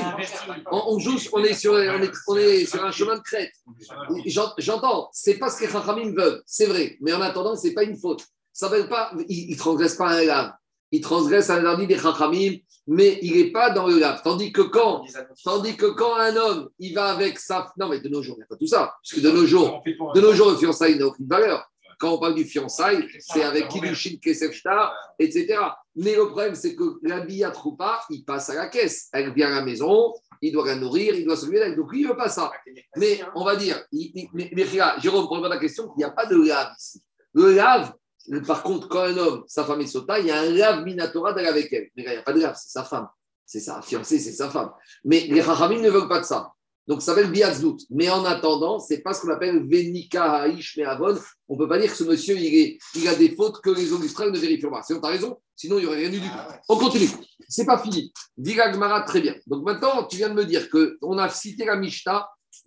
On est sur un chemin de crête. J'entends, c'est pas ce que les Chachamim veulent, c'est vrai. Mais en attendant, c'est pas une faute. Ça veut pas, il transgresse pas un lave. Il transgresse un interdit des Chachamim, mais il n'est pas dans le lave. Tandis que quand un homme, il va avec sa... Non, mais de nos jours, il n'y a pas tout ça. Parce que de nos jours, le fiançailles n'a aucune valeur. Quand on parle du fiançailles, c'est avec Kiddushin, Kesef Shtar, etc. Mais le problème, c'est que la billa troupa, il passe à la caisse. Elle vient à la maison, il doit la nourrir, il doit s'occuper d'elle. Donc, lui, il ne veut pas ça. Mais on va dire, mais Jérôme, pour répondre à la question, il n'y a pas de lave ici. Le lave, par contre, quand un homme, sa femme est sota, il y a un lave minatora d'aller avec elle. Mais là, il n'y a pas de lave, c'est sa femme. C'est sa fiancée, c'est sa femme. Mais les Chachamim ne veulent pas de ça. Donc, ça s'appelle biatzdout. Mais en attendant, ce n'est pas ce qu'on appelle venika haïsh me'avon. On ne peut pas dire que ce monsieur, il a des fautes que les Augustrins ne vérifient pas. C'est tu as raison, sinon il n'y aurait rien eu du tout. On continue. Ce n'est pas fini. Dira Gemara, très bien. Donc maintenant, tu viens de me dire qu'on a cité la Mishnah.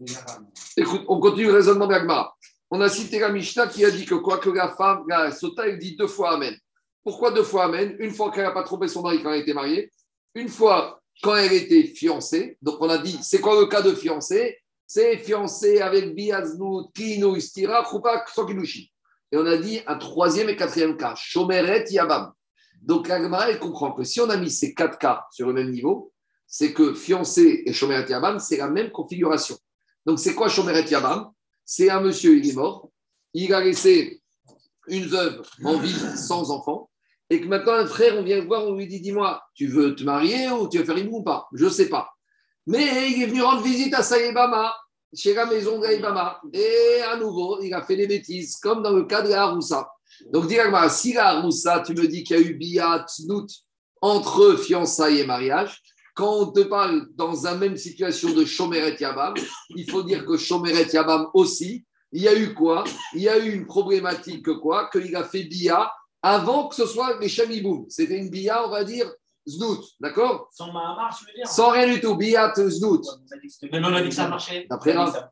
Écoute, on continue le raisonnement de la Gemara. On a cité la Mishnah qui a dit que quoi que la femme, la sota, elle dit 2 fois Amen. Pourquoi 2 fois Amen? Une fois qu'elle n'a pas trompé son mari quand elle était mariée. Une fois quand elle était fiancée. Donc on a dit, c'est quoi le cas de fiancée? C'est fiancée avec biaznout, kino, istira, choupa, sokilushi. Et on a dit un 3e et 4e cas, shomeret, yabam. Donc la Gemara, elle comprend que si on a mis ces 4 cas sur le même niveau, c'est que fiancée et shomeret, yabam, c'est la même configuration. Donc c'est quoi shomeret, yabam? C'est un monsieur, il est mort, il a laissé une veuve en vie sans enfant, et que maintenant un frère, on vient le voir, on lui dit, dis-moi, tu veux te marier ou tu veux faire une ou pas? Je ne sais pas. Mais il est venu rendre visite à Saïbama, chez la maison de Saïbama, et à nouveau, il a fait des bêtises, comme dans le cas de la Haroussa. Donc, dis-moi, si la Haroussa, tu me dis qu'il y a eu biyat, snout, entre fiançailles et mariage, quand on te parle dans la même situation de Shomeret Yabam, il faut dire que Shomeret Yabam aussi, il y a eu quoi? Il y a eu une problématique quoi? Qu'il a fait bia avant que ce soit les Shamiboum. C'était une bia, on va dire, znout, d'accord? Sans Mahamar, tu veux dire? Sans rien du tout, bia, znout. Mais on a dit que ça marchait. D'après Rav.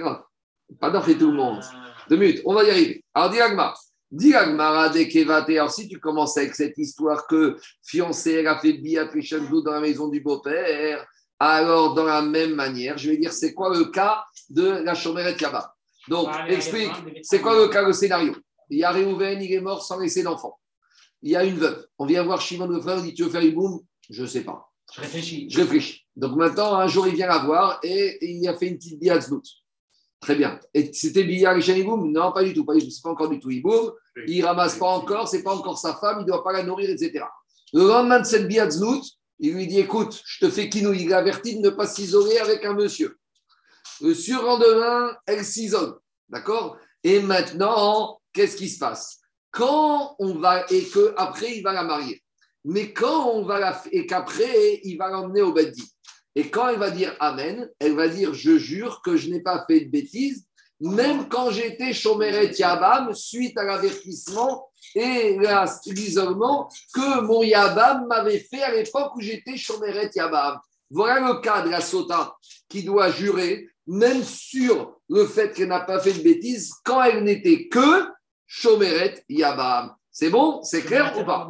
Pas d'après tout le monde. 2 minutes, on va y arriver. Alors, dis Agmara de Kevate. Alors, si tu commences avec cette histoire que fiancée, elle a fait bia Trishamdou dans la maison du beau-père, alors dans la même manière, je vais dire c'est quoi le cas de la Shomeret Yabam. Donc, explique, c'est quoi le cas, le scénario? Il y a Réhouven, il est mort sans laisser d'enfant. Il y a une veuve. On vient voir Shimon le frère, il dit tu veux faire une boum? Je ne sais pas. Je réfléchis. Donc maintenant, un jour, il vient la voir et il a fait une petite bia znout. Très bien. Et c'était bia Richani boum? Non, pas du tout. C'est pas encore du tout. Il boum, il ramasse pas encore, c'est pas encore sa femme, il ne doit pas la nourrir, etc. Le lendemain de cette bia znout, il lui dit écoute, je te fais kinou. Il avertit de ne pas s'isoler avec un monsieur. Le surlendemain, elle s'isole. D'accord? Et maintenant, qu'est-ce qui se passe? Quand on va, et qu'après, il va la marier. Mais quand on va et qu'après, il va l'emmener au Bedi. Et quand elle va dire Amen, elle va dire je jure que je n'ai pas fait de bêtises, même quand j'étais Shomeret Yabam, suite à l'avertissement et l'isolement que mon Yabam m'avait fait à l'époque où j'étais Shomeret Yabam. Voilà le cas de la Sota qui doit jurer, même sur le fait qu'elle n'a pas fait de bêtises, quand elle n'était que Shomeret Yabam. C'est bon? C'est clair ou pas?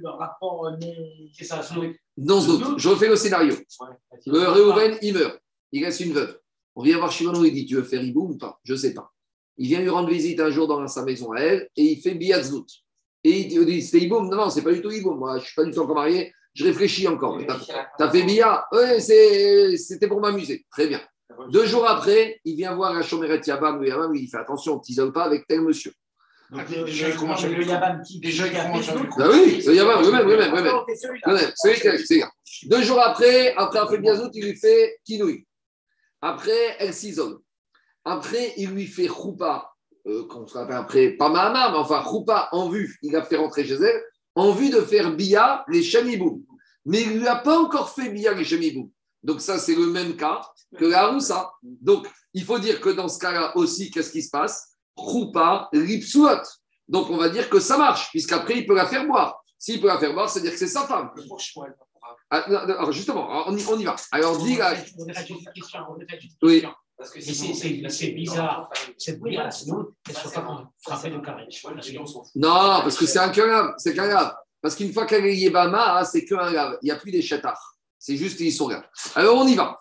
Non, je refais le scénario. Le Réhouven, il meurt. Il reste une veuve. On vient voir Shimon, il dit tu veux faire Iboum ou pas? Je ne sais pas. Il vient lui rendre visite un jour dans sa maison à elle et il fait Biaznout. Et il dit c'est Iboum? Non, c'est pas du tout Iboum. Moi, je ne suis pas du tout encore marié. Je réfléchis encore. T'as fait Bia? Oui, c'était pour m'amuser. Très bien. 2 jours après, il vient voir la Shomeret Yabam. Le Yabam, il fait attention, t'isole pas avec tel monsieur. Donc, le Yabam qui déjà il a fait ah oui, le Yabam, lui-même. C'est 2 jours après un fait Biazout, il lui fait Kinouï. Après, elle s'isole. Après, il lui fait Choupa, qu'on se rappelle après, pas Mahamar, mais enfin Choupa en vue, il a fait rentrer chez elle, en vue de faire Bia les Shamiboum. Mais il ne lui a pas encore fait Bia les Shamiboum. Donc ça, c'est le même cas que la Haroussa. Donc, il faut dire que dans ce cas-là aussi, qu'est-ce qui se passe? Choupa, Ripsuot. Donc, on va dire que ça marche, puisqu'après, il peut la faire boire. S'il peut la faire boire, c'est-à-dire que c'est sa femme. Alors, justement, on y va. Alors, dis là. Oui. Parce que Mais sinon, c'est bizarre. Cette bia, sinon, qu'elle ne soit pas frappée de carré. Non, parce que c'est un qu'un c'est qu'un lave. Parce qu'une fois qu'elle est Yébama, c'est qu'un lave. Il n'y a plus des chétars. C'est juste ils sont là. Alors on y va.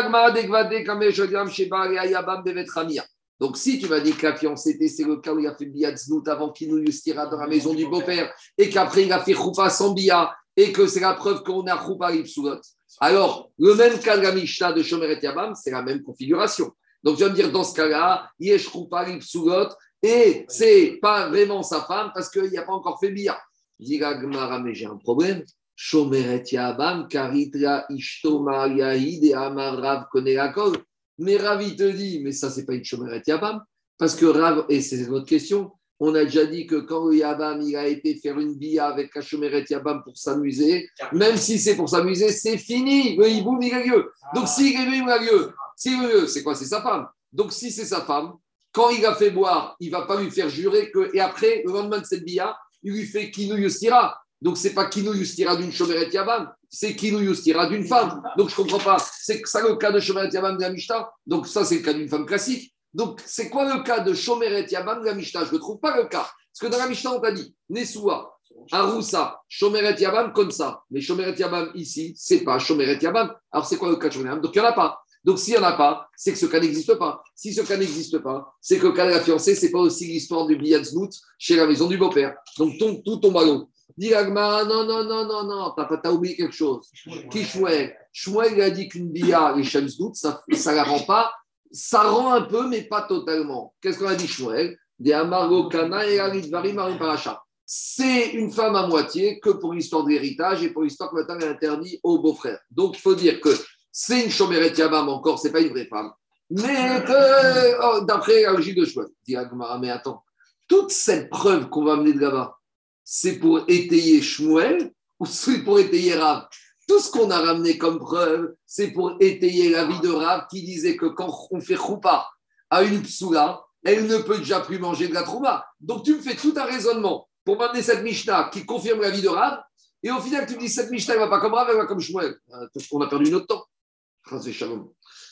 Donc si tu m'as dit que la fiancée, c'est le cas où il a fait bia znout avant qu'il nous yustira dans la maison du beau-père et qu'après il a fait choupa sans bia et que c'est la preuve qu'on a choupa l'ipsoulot. Alors, le même cas de la Mishnah de Shomer et Yabam, c'est la même configuration. Donc, tu vas me dire, dans ce cas-là, Yesh Choupa l'ipsoulot et c'est pas vraiment sa femme parce qu'il n'y a pas encore fait bia. Je dis, mais j'ai un problème. Shomeret Yabam, Karitra Ishto Mariahid et Amarav Konelakol. Mais Rav, il te dit, mais ça, c'est pas une Shomeret Yabam. Parce que Rav, et c'est votre question, on a déjà dit que quand le Yabam, il a été faire une bia avec la Shomeret Yabam pour s'amuser, même si c'est pour s'amuser, c'est fini. Le hiboum, il a lieu. Donc, si il a lieu, c'est quoi? C'est sa femme. Donc, si c'est sa femme, quand il a fait boire, il ne va pas lui faire jurer que. Et après, le lendemain de cette bia, il lui fait Kinou Yustira. Donc, ce n'est pas Kinou Yustira d'une Shomeret Yabam, c'est Kinou Yustira d'une femme. Donc, je ne comprends pas. C'est ça le cas de Shomeret Yabam de la Mishnah. Donc, ça, c'est le cas d'une femme classique. Donc, c'est quoi le cas de Shomeret Yabam de la Mishnah? Je ne trouve pas le cas. Parce que dans la Mishnah, on t'a dit Nessoua, Aroussa, Shomeret Yabam comme ça. Mais Shomeret Yabam ici, ce n'est pas Shomeret Yabam. Alors, c'est quoi le cas de Shomeret Yabam? Donc, il n'y en a pas. Donc, s'il n'y en a pas, c'est que ce cas n'existe pas. Si ce cas n'existe pas, c'est que le cas de la fiancée, ce n'est pas aussi l'histoire du Biyatznout chez la maison du beau-père. Donc, tout tombe à l'eau. Dis Agma, non, t'as oublié quelque chose. Qui Shmuel? Shmuel, il a dit qu'une bia, les Shamsnout, ça ne la rend pas. Ça rend un peu, mais pas totalement. Qu'est-ce qu'on a dit, Shmuel? Des Amargo Kana et Aridvari Marim Paracha. C'est une femme à moitié que pour l'histoire de l'héritage et pour l'histoire que maintenant elle est interdite aux beaux-frères. Donc, il faut dire que c'est une Shomeret Yabam encore, ce n'est pas une vraie femme. Mais que, d'après la logique de Shmuel, dit Agma, mais attends, toute cette preuve qu'on va amener de là-bas, c'est pour étayer Shmuel ou c'est pour étayer Rav? Tout ce qu'on a ramené comme preuve, c'est pour étayer la vie de Rav qui disait que quand on fait choupa à une psoula, elle ne peut déjà plus manger de la trouma. Donc tu me fais tout un raisonnement pour m'amener cette Mishnah qui confirme la vie de Rav, et au final tu me dis cette Mishnah elle ne va pas comme Rav, elle va comme Shmuel. Parce qu'on a perdu notre temps. C'est Shalom.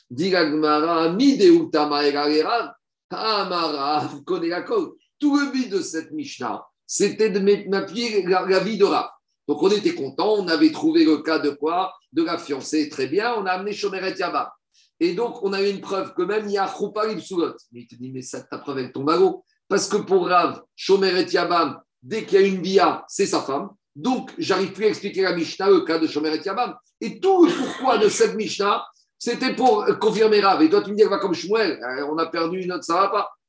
Tout le but de cette Mishnah, c'était de m'appuyer la vie de Rav. Donc, on était content, on avait trouvé le cas de quoi? De la fiancée, très bien, on a amené Shomeret Yabam. Et donc, on avait une preuve que même il y a Choupa Lipsoulot. Mais il te dit, mais ça, ta preuve avec ton magot. Parce que pour Rav, Shomeret Yabam, dès qu'il y a une bia, c'est sa femme. Donc, j'arrive plus à expliquer la Mishnah, le cas de Shomeret Yabam. Et tout le pourquoi de cette Mishnah, c'était pour confirmer Rav. Et toi, tu me dis, elle va comme Shmuel, on a perdu notre, ça va pas.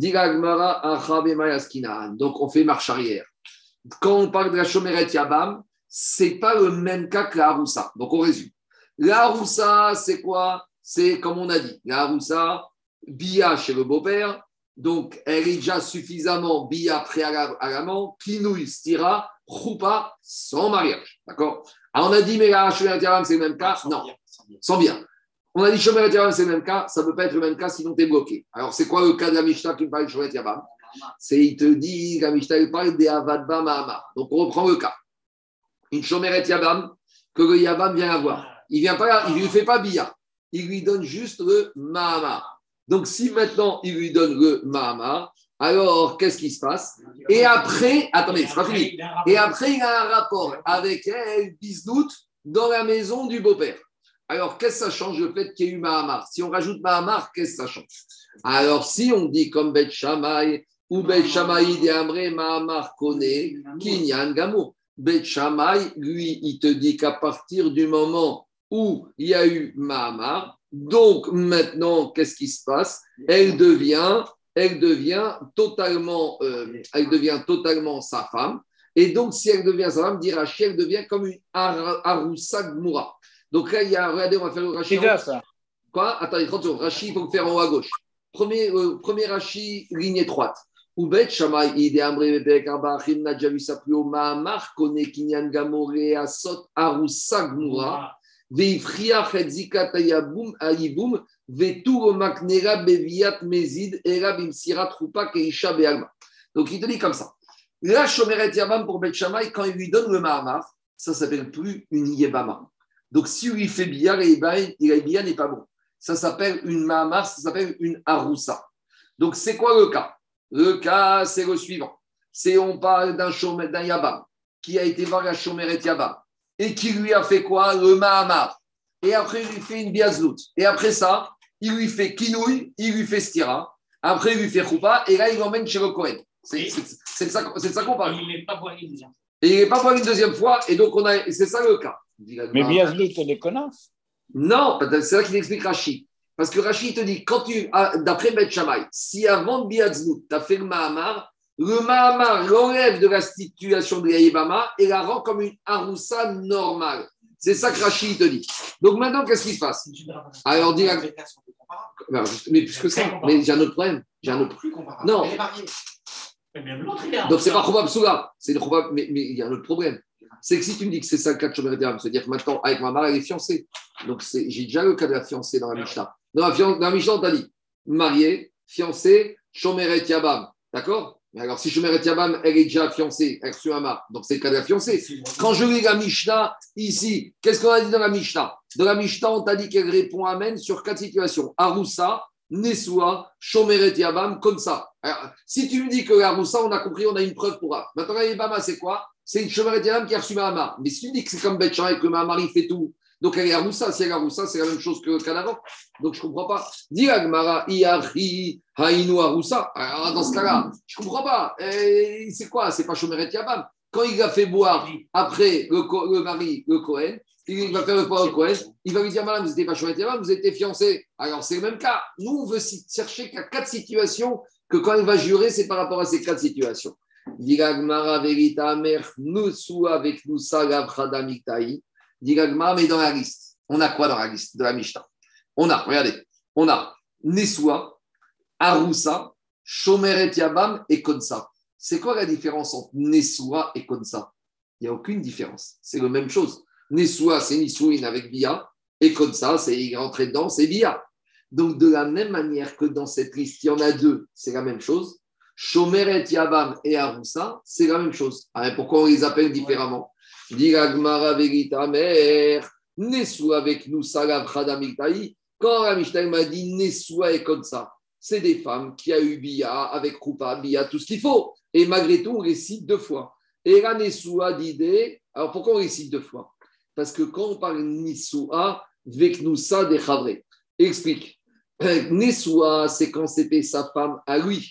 Donc, on fait marche arrière. Quand on parle de la Shomeret Yabam, ce n'est pas le même cas que la Haroussa. Donc, on résume. La Haroussa, c'est quoi? C'est, comme on a dit, la Haroussa, bia chez le beau-père. Donc, elle est déjà suffisamment bia préalable à l'amant, kinouï, stira, choupa, sans mariage. D'accord? Alors, on a dit, mais la Shomeret Yabam, c'est le même cas? Non, sans bien. On a dit Shomeret Yabam, c'est le même cas. Ça ne peut pas être le même cas, sinon tu es bloqué. Alors, c'est quoi le cas de la Mishnah qui me parle de Shomeret Yabam? C'est, il te dit, la Mishnah, il parle des Avadba Mahamar. Donc, on reprend le cas. Une Shomeret Yabam que le Yabam vient avoir. Il ne lui fait pas bia. Il lui donne juste le Mahamar. Donc, si maintenant, il lui donne le Mahamar, alors, qu'est-ce qui se passe? Et après, attendez, c'est pas fini. Et après, il a un rapport avec elle, Bisnout, dans la maison du beau-père. Alors, qu'est-ce que ça change le fait qu'il y ait eu Mahamar? Si on rajoute Mahamar, qu'est-ce que ça change? Alors, si on dit comme Bet Shammai, ou Bet Shammai de Amré Mahamar connaît Kinyan Gamour. Bet Shammai, lui, il te dit qu'à partir du moment où il y a eu Mahamar, donc maintenant, qu'est-ce qui se passe? Elle devient totalement sa femme. Et donc, si elle devient sa femme, dit Rachi, elle devient comme une Aroussa Gmoura. Donc là, regardez, on va faire le Rachi. C'est ça. Quoi? Attendez, 30 secondes. Rachi, il faut le faire en haut à gauche. Premier Rachi, ligne étroite. Oubet Shamaï, Ide Amré, Bebek, Arba, Achim, n'a déjà vu ça plus haut. Mahamar, Kone, Kinyan, Gamoré, Asot, Aroussa, Gmoura, Veifria, Chedzika, Tayaboum, Aïboum, Vetou, Maknera, Beviat, Mezid, Era, Bimsira, Troupa, Keisha, Bealma. Donc il te dit comme ça. La Shomeret Yabam pour Bet Shamaï, quand il lui donne le Mahamar, ça ne s'appelle plus une Yébama. Donc si lui fait bia, il n'est pas bon. ça s'appelle une Mahamar, ça s'appelle une Aroussa. Donc, c'est quoi le cas? Le cas, c'est le suivant. C'est on parle d'un Yabam qui a été voir la Shomeret Yabam et qui lui a fait quoi? Le Mahamar. Et après, il lui fait une Biazlout. Et après ça, il lui fait Kinouï, il lui fait Stira. Après, il lui fait Choupa. Et là, il l'emmène chez le Kohen. C'est de ça qu'on parle. Il n'est pas voilé une deuxième fois. Et il n'est pas voir une deuxième fois. Et donc, c'est ça le cas. Mais Biazlout, c'est des connards. Non, c'est là qu'il explique Rashi. Parce que Rashi, il te dit, d'après Bet Shammai, si avant de Biazlout, tu as fait le Mahamar l'enlève de la situation de Yaïbama et la rend comme une Aroussa normale. C'est ça que Rashi te dit. Donc maintenant, qu'est-ce qui se passe? Alors, dis mais plus que ça, mais j'ai un autre problème. Non. Donc, c'est pas Chouba Psoula. C'est Chouba, mais il y a un autre problème. C'est que si tu me dis que c'est ça le cas de Shomer et Yabam, c'est-à-dire que maintenant, avec ma mère, elle est fiancée. Donc, j'ai déjà le cas de la fiancée dans la Mishnah. Dans la Mishnah, on t'a dit mariée, fiancée, Shomer et Yabam. D'accord? Mais alors, si Shomer et Yabam, elle est déjà fiancée, elle reçoit un mari, donc c'est le cas de la fiancée. Quand je lis la Mishnah ici, qu'est-ce qu'on a dit dans la Mishnah? Dans la Mishnah, on t'a dit qu'elle répond Amen sur 4 situations. Aroussa, Nessoua, Shomer et Yabam, comme ça. Alors, si tu me dis que Aroussa, on a compris, on a une preuve pour A. Maintenant, la Yabama, c'est quoi? C'est une Shomer et Yabam qui a reçu Mahamar. Mais si tu me dis que c'est comme Bet Shammai, que Mahamar, il fait tout, donc elle est Aroussa. Si elle est Aroussa, c'est la même chose qu'à l'avant. Donc, je ne comprends pas. Dis Agmara, Iari, Haïnou Aroussa. Alors, dans ce cas-là, je ne comprends pas. C'est quoi? C'est pas Shomer et Yabam. Quand il a fait boire après le mari, le Cohen, il va faire le poids au Cohen, il va lui dire, madame, vous n'étiez pas Shomer et Yabam, vous étiez fiancé. Alors, c'est le même cas. Nous, on veut chercher qu'à 4 situations, que quand il va jurer, c'est par rapport à ces 4 situations. Diragmara verita mer nous sous avec nous salabradamiktaï. Diragmara, mais dans la liste. On a quoi dans la liste de la Mishnah? Regardez, on a Nessoua, Aroussa, Shomer et Yabam et Konsa. C'est quoi la différence entre Nessoua et Konsa? Il n'y a aucune différence. C'est la même chose. Nessoua, c'est Nisouine avec Bia, et Konsa, c'est rentrer dedans, c'est Bia. Donc, de la même manière que dans cette liste, il y en a 2, c'est la même chose. Shomer et Yabam et Aroussa, c'est la même chose. Alors, pourquoi on les appelle différemment? Diragmara verita mer, Nessoua avec nous, Salav Khadamiktaï. Quand la Mishnah m'a dit Nessoua et Konsa, c'est des femmes qui a eu Bia avec Koupa, Bia, tout ce qu'il faut. Et malgré tout, on les cite 2 fois. Et la Nessoua d'idée, alors pourquoi on les cite 2 fois? Parce que quand on parle Nessoua, Veknoussa des Chavré. Explique. Nessoua, c'est quand c'était sa femme à lui.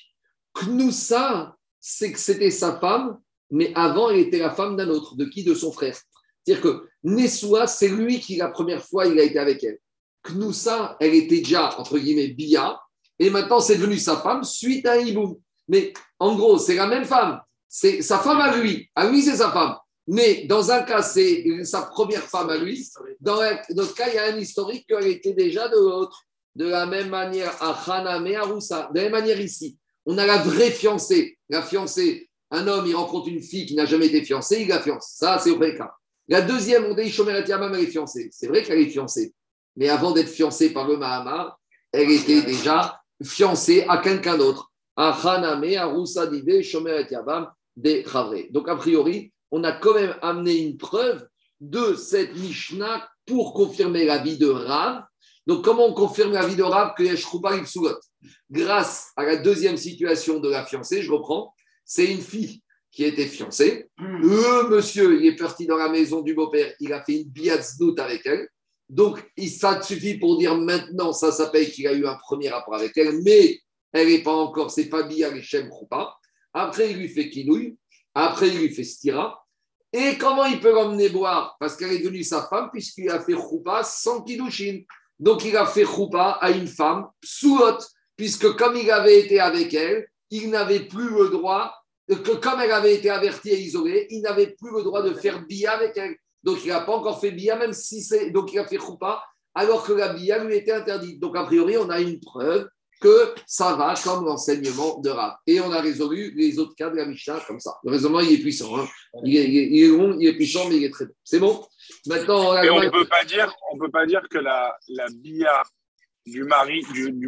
Knoussa, c'est que c'était sa femme, mais avant, elle était la femme d'un autre. De qui? De son frère. C'est-à-dire que Nessoua, c'est lui qui, la première fois, il a été avec elle. Knoussa, elle était déjà, entre guillemets, Bia, et maintenant, c'est devenu sa femme suite à un hiboum. Mais en gros, c'est la même femme. C'est sa femme à lui. À lui, c'est sa femme. Mais dans un cas, c'est sa première femme à lui. Dans l'autre cas, il y a un historique qu'elle était déjà de l'autre. De la même manière, à Haname, à Roussa. De la même manière ici. On a la vraie fiancée. La fiancée, un homme, il rencontre une fille qui n'a jamais été fiancée, il la fiance. Ça, c'est au premier cas. La deuxième, on dit Shomer et Yabam, elle est fiancée. C'est vrai qu'elle est fiancée. Mais avant d'être fiancée par le Mahamar, elle était déjà fiancée à quelqu'un d'autre. À Haname, à Roussa d'Idé, Shomer et Yabam, des Chavré. Donc, a priori, on a quand même amené une preuve de cette Mishnah pour confirmer l'avis de Rav. Donc, comment on confirme l'avis de Rav que Yesh Choupa Ipsulot? Grâce à la deuxième situation de la fiancée, je reprends, c'est une fille qui était fiancée. Le monsieur, il est parti dans la maison du beau-père, il a fait une biatznout avec elle. Donc, ça suffit pour dire maintenant, ça s'appelle qu'il a eu un premier rapport avec elle, mais elle n'est pas encore, c'est pas Bia Shem Choupa. Après, il lui fait Kinouï. Après, il lui fait Stira. Et comment il peut l'emmener boire? Parce qu'elle est devenue sa femme, puisqu'il a fait Choupa sans Kiddushin. Donc, il a fait Choupa à une femme Psuot, puisque comme il avait été avec elle, il n'avait plus le droit, que comme elle avait été avertie et isolée, il n'avait plus le droit de faire Bia avec elle. Donc, il n'a pas encore fait Bia, même si c'est. Donc, il a fait Choupa, alors que la Bia lui était interdite. Donc, a priori, on a une preuve que ça va comme l'enseignement de Rav. Et on a résolu les autres cas de la Mishnah comme ça. Le raisonnement, il est puissant. Hein. Il est long, il est puissant, mais il est très bon. C'est bon? Maintenant, et on ne peut pas dire que la bia du mari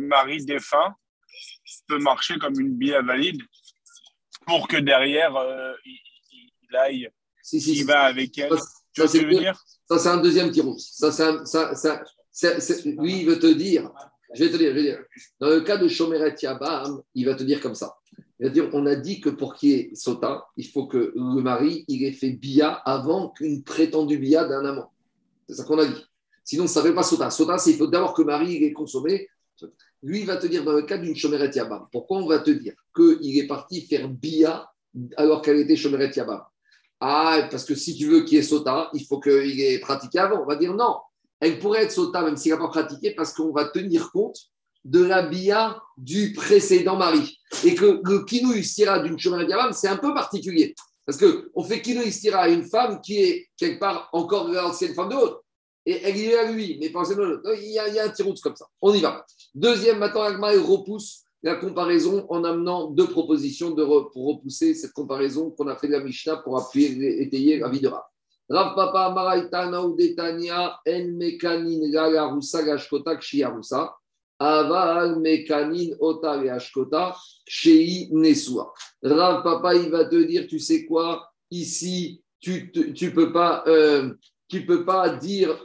défunt peut marcher comme une bia valide pour que derrière, il aille, si, va avec elle. Tu vois ce que je veux dire? Ça, c'est un deuxième tirou. Lui, il veut te dire, je vais te dire, dans le cas de Shomeret Yabam, il va te dire comme ça. Il va te dire, on a dit que pour qu'il y ait Sota, il faut que le mari, il ait fait Bia avant qu'une prétendue Bia d'un amant. C'est ça qu'on a dit. Sinon, ça ne s'appelle pas Sota. Sota, c'est il faut d'abord que le mari il ait consommé. Lui, il va te dire, dans le cas d'une Shomeret Yabam, pourquoi on va te dire qu'il est parti faire Bia alors qu'elle était Shomeret Yabam? Ah, parce que si tu veux qu'il y ait Sota, il faut qu'il ait pratiqué avant. On va dire non. Elle pourrait être Sota même s'il n'a pas pratiqué parce qu'on va tenir compte de la bia du précédent mari. Et que le kinouï istira d'une Shomeret Yabam, c'est un peu particulier. Parce qu'on fait kinouï istira à une femme qui est quelque part encore l'ancienne femme de l'autre. Et elle y est à lui, mais pensez l'autre. Il y a un tiroute comme ça. On y va. Deuxième, maintenant, Agma repousse la comparaison en amenant deux propositions pour repousser cette comparaison qu'on a fait de la Mishnah pour appuyer, étayer la vie de Rav. Rav Papa Maraita Naudetania En Mekanin Gagarusa Gashkota Kshiarusa Aval Mekanin Ota Gashkota Kshei Nesua. Rav Papa, il va te dire, tu sais quoi, ici, tu peux pas dire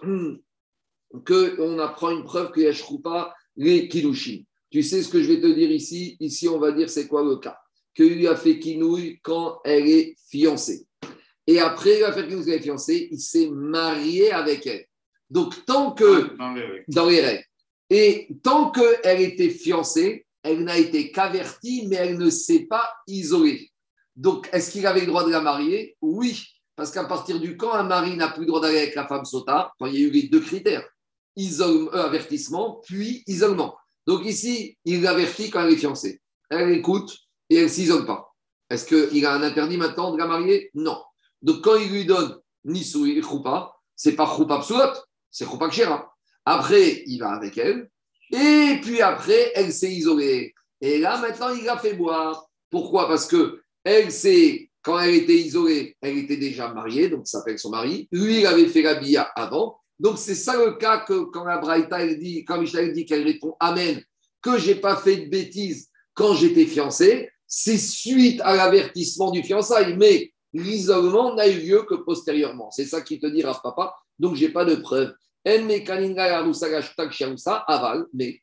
qu'on apprend une preuve que Yashkoupa les Kilushin. Tu sais ce que je vais te dire ici? Ici, on va dire c'est quoi le cas? Qu'il lui a fait kinouï quand elle est fiancée. Et après, il a fait kinouï quand elle est fiancée, il s'est marié avec elle. Donc, tant que... Dans les règles. Et tant qu'elle était fiancée, elle n'a été qu'avertie, mais elle ne s'est pas isolée. Donc, est-ce qu'il avait le droit de la marier? Oui. Parce qu'à partir du quand un mari n'a plus le droit d'aller avec la femme sota, quand il y a eu les deux critères, avertissement, puis isolement. Donc ici, il l'avertit quand elle est fiancée. Elle écoute et elle ne s'isole pas. Est-ce qu'il a un interdit maintenant de la marier? Non. Donc quand il lui donne Nisoui Choupa, ce n'est pas Choupa Psoulot, c'est Choupa Kshera. Après, il va avec elle. Et puis après, elle s'est isolée. Et là, maintenant, il l'a fait boire. Pourquoi? Parce que quand elle était isolée, elle était déjà mariée, donc ça s'appelle son mari. Lui, il avait fait la bia avant. Donc, c'est ça le cas que quand la Braïta, quand Michel dit qu'elle répond Amen, que je n'ai pas fait de bêtises quand j'étais fiancée, c'est suite à l'avertissement du fiançailles. Mais l'isolement n'a eu lieu que postérieurement. C'est ça qui te dit Rav Papa. Donc, je n'ai pas de preuve. Aval, mais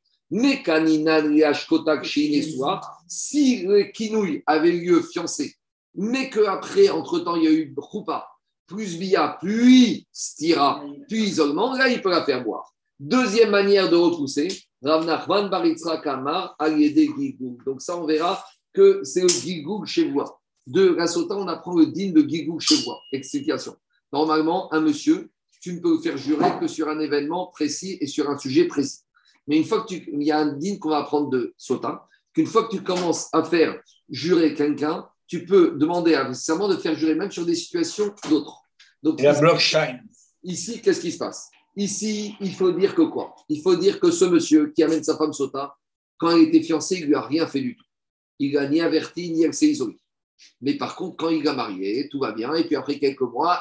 si le kinouï avait eu lieu fiancé, mais qu'après, entre-temps, il y a eu Choupa, plus Bia, puis Stira, puis isolement, là, il peut la faire boire. Deuxième manière de repousser, Rav Nachman bar Yitzhak Amar Aliede Gilgul. Donc ça, on verra que c'est le Gilgul Shevoua. De la Sota, on apprend le din de Gilgul Shevoua. Explication. Normalement, un monsieur, tu ne peux le faire jurer que sur un événement précis et sur un sujet précis. Mais une fois il y a un din qu'on va apprendre de Sota, qu'une fois que tu commences à faire jurer quelqu'un, tu peux demander à serment de faire jurer même sur des situations d'autres. Donc, la blockchain. Ici, qu'est-ce qui se passe? Ici, il faut dire que quoi? Il faut dire que ce monsieur qui amène sa femme Sota, quand elle était fiancée, il ne lui a rien fait du tout. Il n'a ni averti, ni elle s'est isolée. Mais par contre, quand il l'a mariée, tout va bien. Et puis après quelques mois,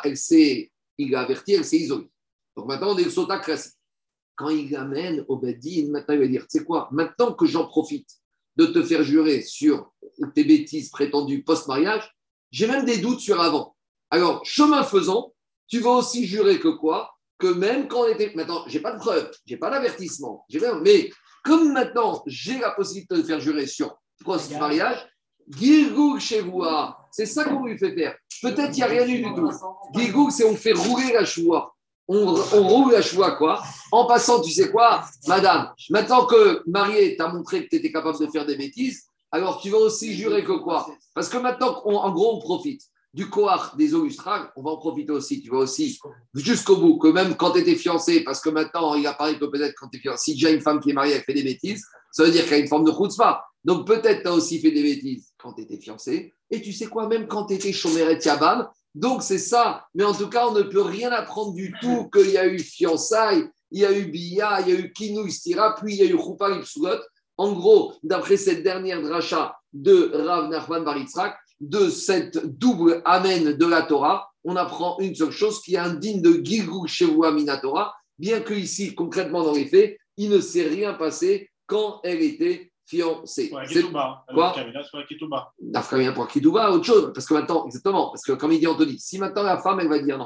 il l'a averti, elle s'est isolée. Donc maintenant, on est le Sota classique. Quand il l'amène au Beddin, maintenant il va dire, tu sais quoi? Maintenant que j'en profite de te faire jurer sur tes bêtises prétendues post-mariage, j'ai même des doutes sur avant. Alors, chemin faisant, tu vas aussi jurer que quoi? Que même quand on était... Maintenant, je n'ai pas de preuve, je n'ai pas d'avertissement, mais comme maintenant, j'ai la possibilité de faire jurer sur post-mariage, Gilgul Shevoua, c'est ça qu'on lui fait faire. Peut-être qu'il n'y a rien eu du tout. Gilgul, c'est on fait rouler la choua. On roule la choua, quoi. En passant, tu sais quoi, madame, maintenant que marié t'a montré que tu étais capable de faire des bêtises, alors tu vas aussi jurer que quoi? Parce que maintenant, en gros, on profite du coar des eaux lustrales, on va en profiter aussi. Tu vas aussi jusqu'au bout, que même quand tu étais fiancé, parce que maintenant, il apparaît que peut-être quand tu es fiancé, si déjà une femme qui est mariée, elle fait des bêtises, ça veut dire qu'elle a une forme de chutzpah. Donc peut-être tu as aussi fait des bêtises quand tu étais fiancé. Et tu sais quoi, même quand tu étais chomeret yabam. Donc c'est ça. Mais en tout cas, on ne peut rien apprendre du tout qu'il y a eu fiançailles, il y a eu bia, il y a eu kinouï stira, puis il y a eu choupa lipsulot. En gros, d'après cette dernière dracha de Rav Nachman bar Yitzhak, de cette double amen de la Torah, on apprend une seule chose qui est un digne de Gilgul Shevoua mina Torah, bien que ici, concrètement dans les faits, il ne s'est rien passé quand elle était fiancée. Quoi? Nafkamina pour Ketouba, autre chose. Parce que maintenant, exactement, parce que comme il dit Anthony, si maintenant la femme, elle va dire non,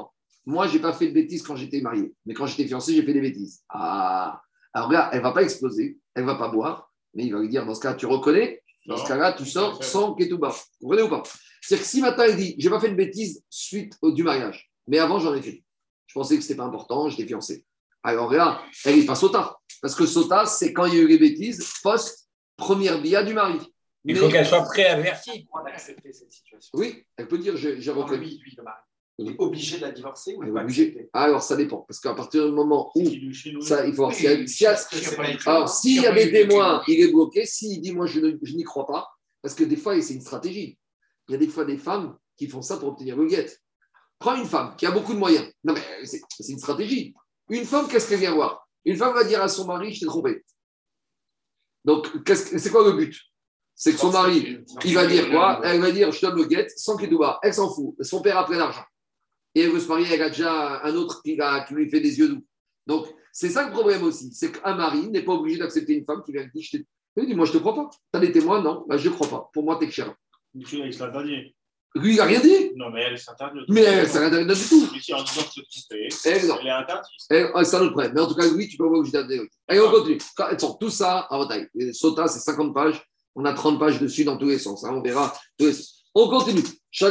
moi, je n'ai pas fait de bêtises quand j'étais marié, mais quand j'étais fiancé, j'ai fait des bêtises. Ah, alors là, elle ne va pas exploser, elle ne va pas boire, mais il va lui dire, dans ce cas, tu reconnais, dans ce cas-là, tu sors sans ketouba. Vous comprenez ou pas? C'est-à-dire que si maintenant elle dit, je n'ai pas fait de bêtises suite du mariage, mais avant, j'en ai fait. Je pensais que ce n'était pas important, j'étais fiancé. Alors là, elle n'est pas sota. Parce que sota, c'est quand il y a eu les bêtises post-première bia du mari. Il faut qu'elle soit préavertie. On a accepté cette situation. Oui, elle peut dire, je reconnais. Lui, le mari. Il est obligé de la divorcer ou Elle est pas obligée. accepter? Alors, ça dépend. Parce qu'à partir du moment où. Ça, il faut voir. Alors, s'il S'il y a des témoins, il est bloqué. S'il dit, moi, je n'y crois pas, parce que des fois, c'est une stratégie. Il y a des fois des femmes qui font ça pour obtenir le guet. Prends une femme qui a beaucoup de moyens. Non, mais c'est une stratégie. Une femme, qu'est-ce qu'elle vient voir? Une femme va dire à son mari, je t'ai trompé. Donc, c'est quoi le but? C'est que son mari, il va dire quoi? Elle va dire, je donne le guet sans kedouba. Elle s'en fout. Son père a plein d'argent. Et elle veut se marier, elle a déjà un autre qui lui fait des yeux doux. Donc, c'est ça le problème aussi. C'est qu'un mari n'est pas obligé d'accepter une femme qui vient dire, il dit, moi, je ne te crois pas. Tu as des témoins? Non, bah, je ne crois pas. Pour moi, tu es cher. Il se l'interdit. Lui, il n'a rien dit. Non, mais elle s'interdit. Mais elle ne s'interdit pas du tout. Mais si en disant que se tromper, Elle est interdite. C'est un autre problème. Mais en tout cas, lui, tu peux voir obligé d'interdire. Allez, on continue. Tout ça en bataille. Sota, c'est 50 pages. On a 30 pages dessus dans tous les sens. On verra tous les sens. On continue.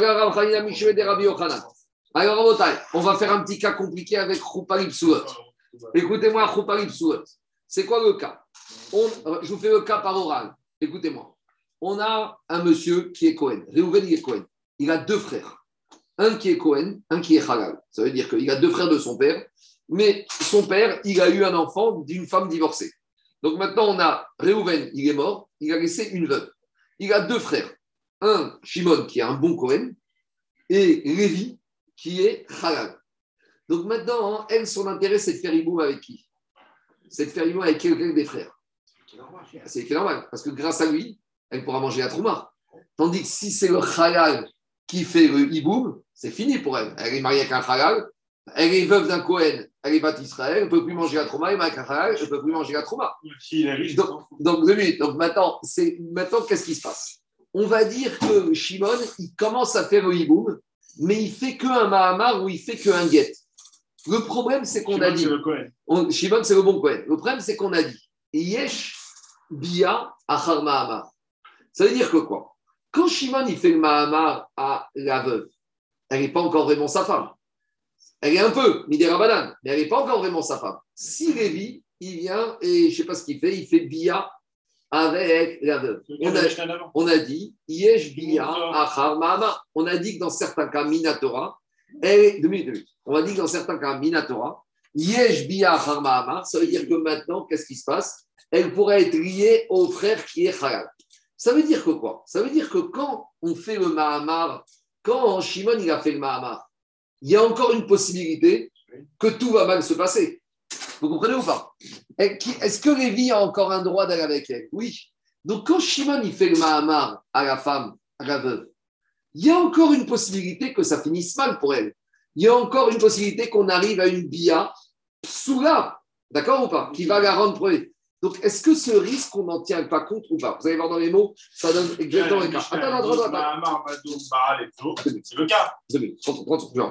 Alors, on va faire un petit cas compliqué avec Khoupalip Suot. Écoutez-moi, Khoupalip Suot. C'est quoi le cas? Je vous fais le cas par oral. Écoutez-moi. On a un monsieur qui est Cohen. Réhouven, il est Cohen. Il a deux frères. Un qui est Cohen, un qui est Halal. Ça veut dire qu'il a deux frères de son père. Mais son père, il a eu un enfant d'une femme divorcée. Donc maintenant, on a Réhouven, il est mort. Il a laissé une veuve. Il a deux frères. Un, Shimon, qui est un bon Cohen. Et Lévi, qui est Halal. Donc maintenant, elle, son intérêt, c'est de faire hiboum avec qui? C'est de faire hiboum avec quelqu'un des frères. C'est normal, parce que grâce à lui, elle pourra manger la trouma. Tandis que si c'est le Halal qui fait le hiboum, c'est fini pour elle. Elle est mariée avec un Halal, elle est veuve d'un Cohen, elle est bâtie Israël, elle ne peut plus manger la trouma, elle est mariée avec un Halal, elle ne peut plus manger la trouma. S'il est riche, donc maintenant, qu'est-ce qui se passe? On va dire que Shimon, il commence à faire le hiboum, mais il fait qu'un Mahamar ou il fait qu'un guet. Le problème, c'est qu'on a dit. Shimon, c'est le bon Cohen. Le problème, c'est qu'on a dit Yesh Bia Achar Mahamar. Ça veut dire que quoi? Quand Shimon, il fait le Mahamar à la veuve, elle n'est pas encore vraiment sa femme. Elle est un peu, Midera Banan, mais elle n'est pas encore vraiment sa femme. Si Lévi, il vient et je ne sais pas ce qu'il fait, il fait Bia avec la veuve. On a dit Yesh Bia Achar Mahamar. On a dit que dans certains cas, Minatora, elle est. 2 minutes. On a dit que dans certains cas, Minatora, Yesh Bia Achar Mahamar, ça veut dire que maintenant, qu'est-ce qui se passe? Elle pourrait être liée au frère qui est Halal. Ça veut dire que quoi? Ça veut dire que quand on fait le Mahamar, quand Shimon il a fait le Mahamar, il y a encore une possibilité que tout va mal se passer. Vous comprenez ou pas? Est-ce que Lévi a encore un droit d'aller avec elle? Oui. Donc quand Shimon il fait le Mahamar à la femme, à la veuve, il y a encore une possibilité que ça finisse mal pour elle. Il y a encore une possibilité qu'on arrive à une bia psoula, d'accord ou pas? Qui va la rendre preuve. Donc, est-ce que ce risque, on n'en tient pas compte ou pas? Vous allez voir dans les mots, ça donne exactement le cas. Attends. C'est le cas. 2 minutes, 30 secondes.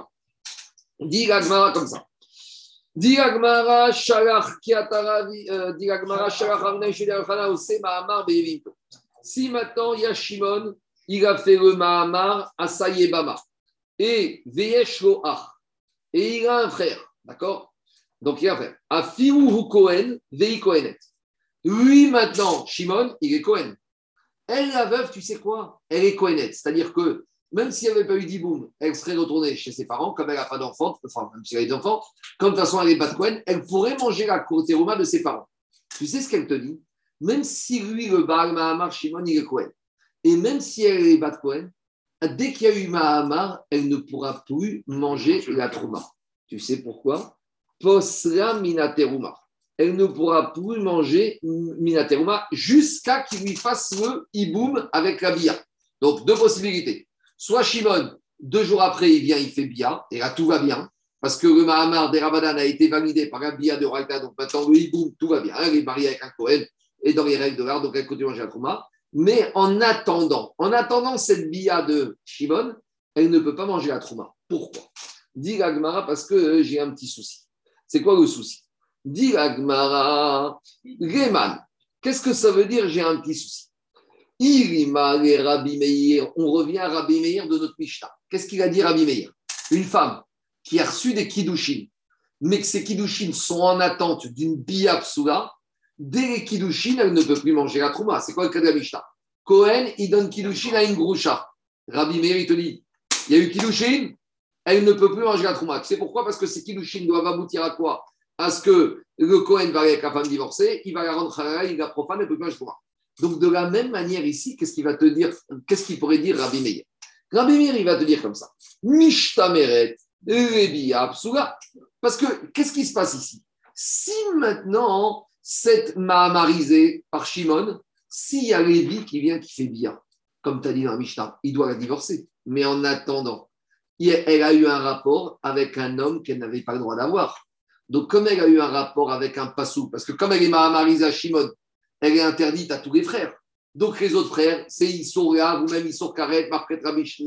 Dis l'agmara comme ça. Dis l'agmara, shalach kiataravi, dis l'agmara, shalach amnei shedachana ose mahamar be'evimto. Si maintenant, il y a Shimon, il a fait le mahamar à Sayebama. Et veyesh lo ach. Et il a un frère, d'accord? Donc, il a un frère. Afiru Kohen, vei Kohenet. Lui, maintenant, Shimon, il est Cohen. Elle, la veuve, tu sais quoi? Elle est Kohenet. C'est-à-dire que même s'il n'y avait pas eu d'Iboum, elle serait retournée chez ses parents, comme elle n'a pas d'enfant, enfin, même si elle a des enfants, comme de toute façon elle n'est pas de Cohen, elle pourrait manger la terouma de ses parents. Tu sais ce qu'elle te dit? Même si lui, le Baal Mahamar, Shimon, il est Cohen. Et même si elle est pas de Cohen, dès qu'il y a eu Mahamar, elle ne pourra plus manger la trouma. Tu sais pourquoi? Posla minateruma. Elle ne pourra plus manger minateruma jusqu'à qu'il lui fasse le hiboum avec la bia. Donc, 2 possibilités. Soit Shimon, 2 jours après, il vient, il fait bia, et là, tout va bien, parce que le Mahamar des Rabadan a été validé par la bia de Raïta, donc maintenant, le hiboum, tout va bien. Elle est mariée avec un Kohen, et dans les règles de l'art, donc elle continue à manger la trouma. Mais en attendant cette bia de Shimon, elle ne peut pas manger la trouma. Pourquoi? Dit l'Agmara parce que j'ai un petit souci. C'est quoi le souci? Dit l'Agmara, Reman. Qu'est-ce que ça veut dire j'ai un petit souci? Irima les Rabbi Meir. On revient à Rabbi Meir de notre Mishnah. Qu'est-ce qu'il a dit Rabbi Meir? Une femme qui a reçu des kiddushin, mais que ces kiddushin sont en attente d'une bia psoula, dès les kiddushin, elle ne peut plus manger la trouma. C'est quoi le cas de la Mishnah? Cohen, il donne kiddushin à une groucha. Rabbi Meir, il te dit, il y a eu kiddushin, elle ne peut plus manger la trouma. Tu sais pourquoi? Parce que ces kiddushin doivent aboutir à quoi? À ce que le Cohen va aller avec la femme divorcée, il va la rendre halal, il la profane, elle ne peut plus manger la trouma. Donc, de la même manière ici, qu'est-ce qu'il va te dire? Qu'est-ce qu'il pourrait dire Rabbi Meir? Rabbi Meir, il va te dire comme ça. Mishtameret, Rebiya, Psula. Parce que, qu'est-ce qui se passe ici? Si maintenant, cette mahamarisée par Shimon, s'il y a Lévi qui vient, qui fait Bia, comme tu as dit dans la Mishnah, il doit la divorcer. Mais en attendant, elle a eu un rapport avec un homme qu'elle n'avait pas le droit d'avoir. Donc, comme elle a eu un rapport avec un passou, parce que comme elle est mahamarisée à Shimon, elle est interdite à tous les frères. Donc, les autres frères, c'est Issour Léa, vous-même Issour Karet, Marquet Rabish,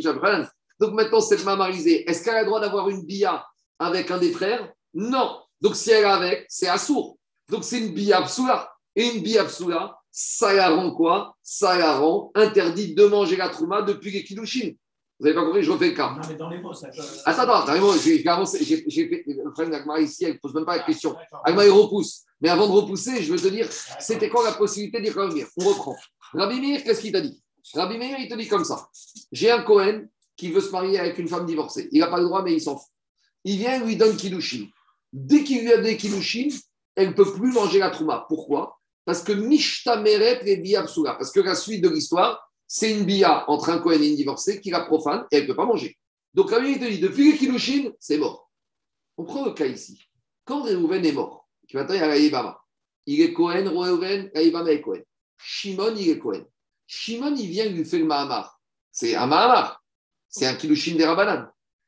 donc maintenant, cette mahamarisée, est-ce qu'elle a le droit d'avoir une bia avec un des frères? Non. Donc, si elle est avec, c'est Assour. Donc, c'est une bia psoula. Et une bia psoula, ça la rend quoi? Ça la rend interdite de manger la trouma depuis les kiddushin. Vous n'avez pas compris? Je refais le cas. Non, mais dans les mots, ça peut... Attends, dans les mots, j'ai fait le frère d'Agmara ici, elle ne pose même pas la question. Agmara, il repousse. Mais avant de repousser, je veux te dire, c'était quoi la possibilité d'y revenir? On reprend. Rabbi Meir, qu'est-ce qu'il t'a dit? Rabbi Meir, il te dit comme ça. J'ai un Cohen qui veut se marier avec une femme divorcée. Il n'a pas le droit, mais il s'en fout. Il vient, lui donne kiddushin. Dès qu'il lui a donné kiddushin, elle ne peut plus manger la trouma. Pourquoi? Parce que Mishtameret et Bia Psoula. Parce que la suite de l'histoire, c'est une bia entre un Cohen et une divorcée qui la profane et elle ne peut pas manger. Donc, Rabbi il te dit, depuis les kiddushin, c'est mort. On prend le cas ici. Quand Réhouven est mort, qui maintenant il y a Raïbama, il est Cohen, Réhouven, Raïbama est Cohen. Shimon, il est Cohen. Shimon, il vient, il lui fait le Mahamar. C'est un Mahamar. C'est un kiddushin des Rabbanan.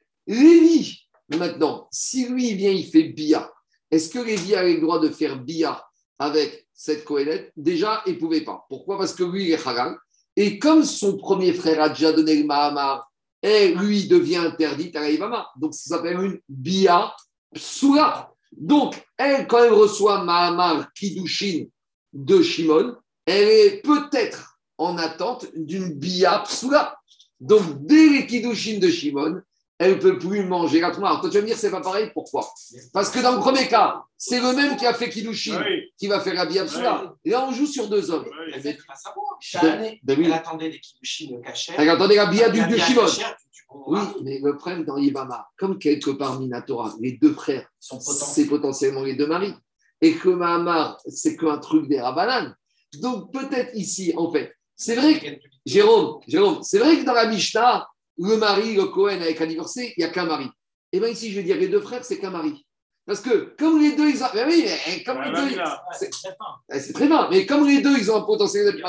Lévi, maintenant, si lui, il vient, il fait bia, est-ce que Lévi a le droit de faire bia avec cette Cohenette? Déjà, il ne pouvait pas. Pourquoi? Parce que lui, il est halal. Et comme son premier frère a déjà donné le Mahamar, et lui devient interdit à Raïbama. Donc, ça s'appelle une bia psoula. Donc, elle, quand elle reçoit Mahamar Kiddushin de Shimon, elle est peut-être en attente d'une bia psoula. Donc, dès les Kiddushin de Shimon, elle ne peut plus manger la trouma. Alors, toi, tu vas me dire, c'est pas pareil. Pourquoi? Parce que dans le premier cas, c'est le même qui a fait Kiddushin qui va faire la bia psoula. Et là, on joue sur deux hommes. Elle chaque année, elle attendait les kiddushin cachés. Elle attendait la bia du Shimon. Oui, mais le problème dans Yibama, comme quelque part Minatora, les deux frères, c'est potentiellement les deux maris. Et que Mahamar, c'est qu'un truc des Rabbanan. Donc, peut-être ici, en fait, c'est vrai que, Jérôme, c'est vrai que dans la Mishnah, le mari, le Cohen avec un divorcé, il n'y a qu'un mari. Et bien ici, je vais dire, les deux frères, c'est qu'un mari. Parce que comme les deux, ils ont... Ben oui, comme les deux... C'est très bien. Mais comme les deux, ils ont un potentiel d'être...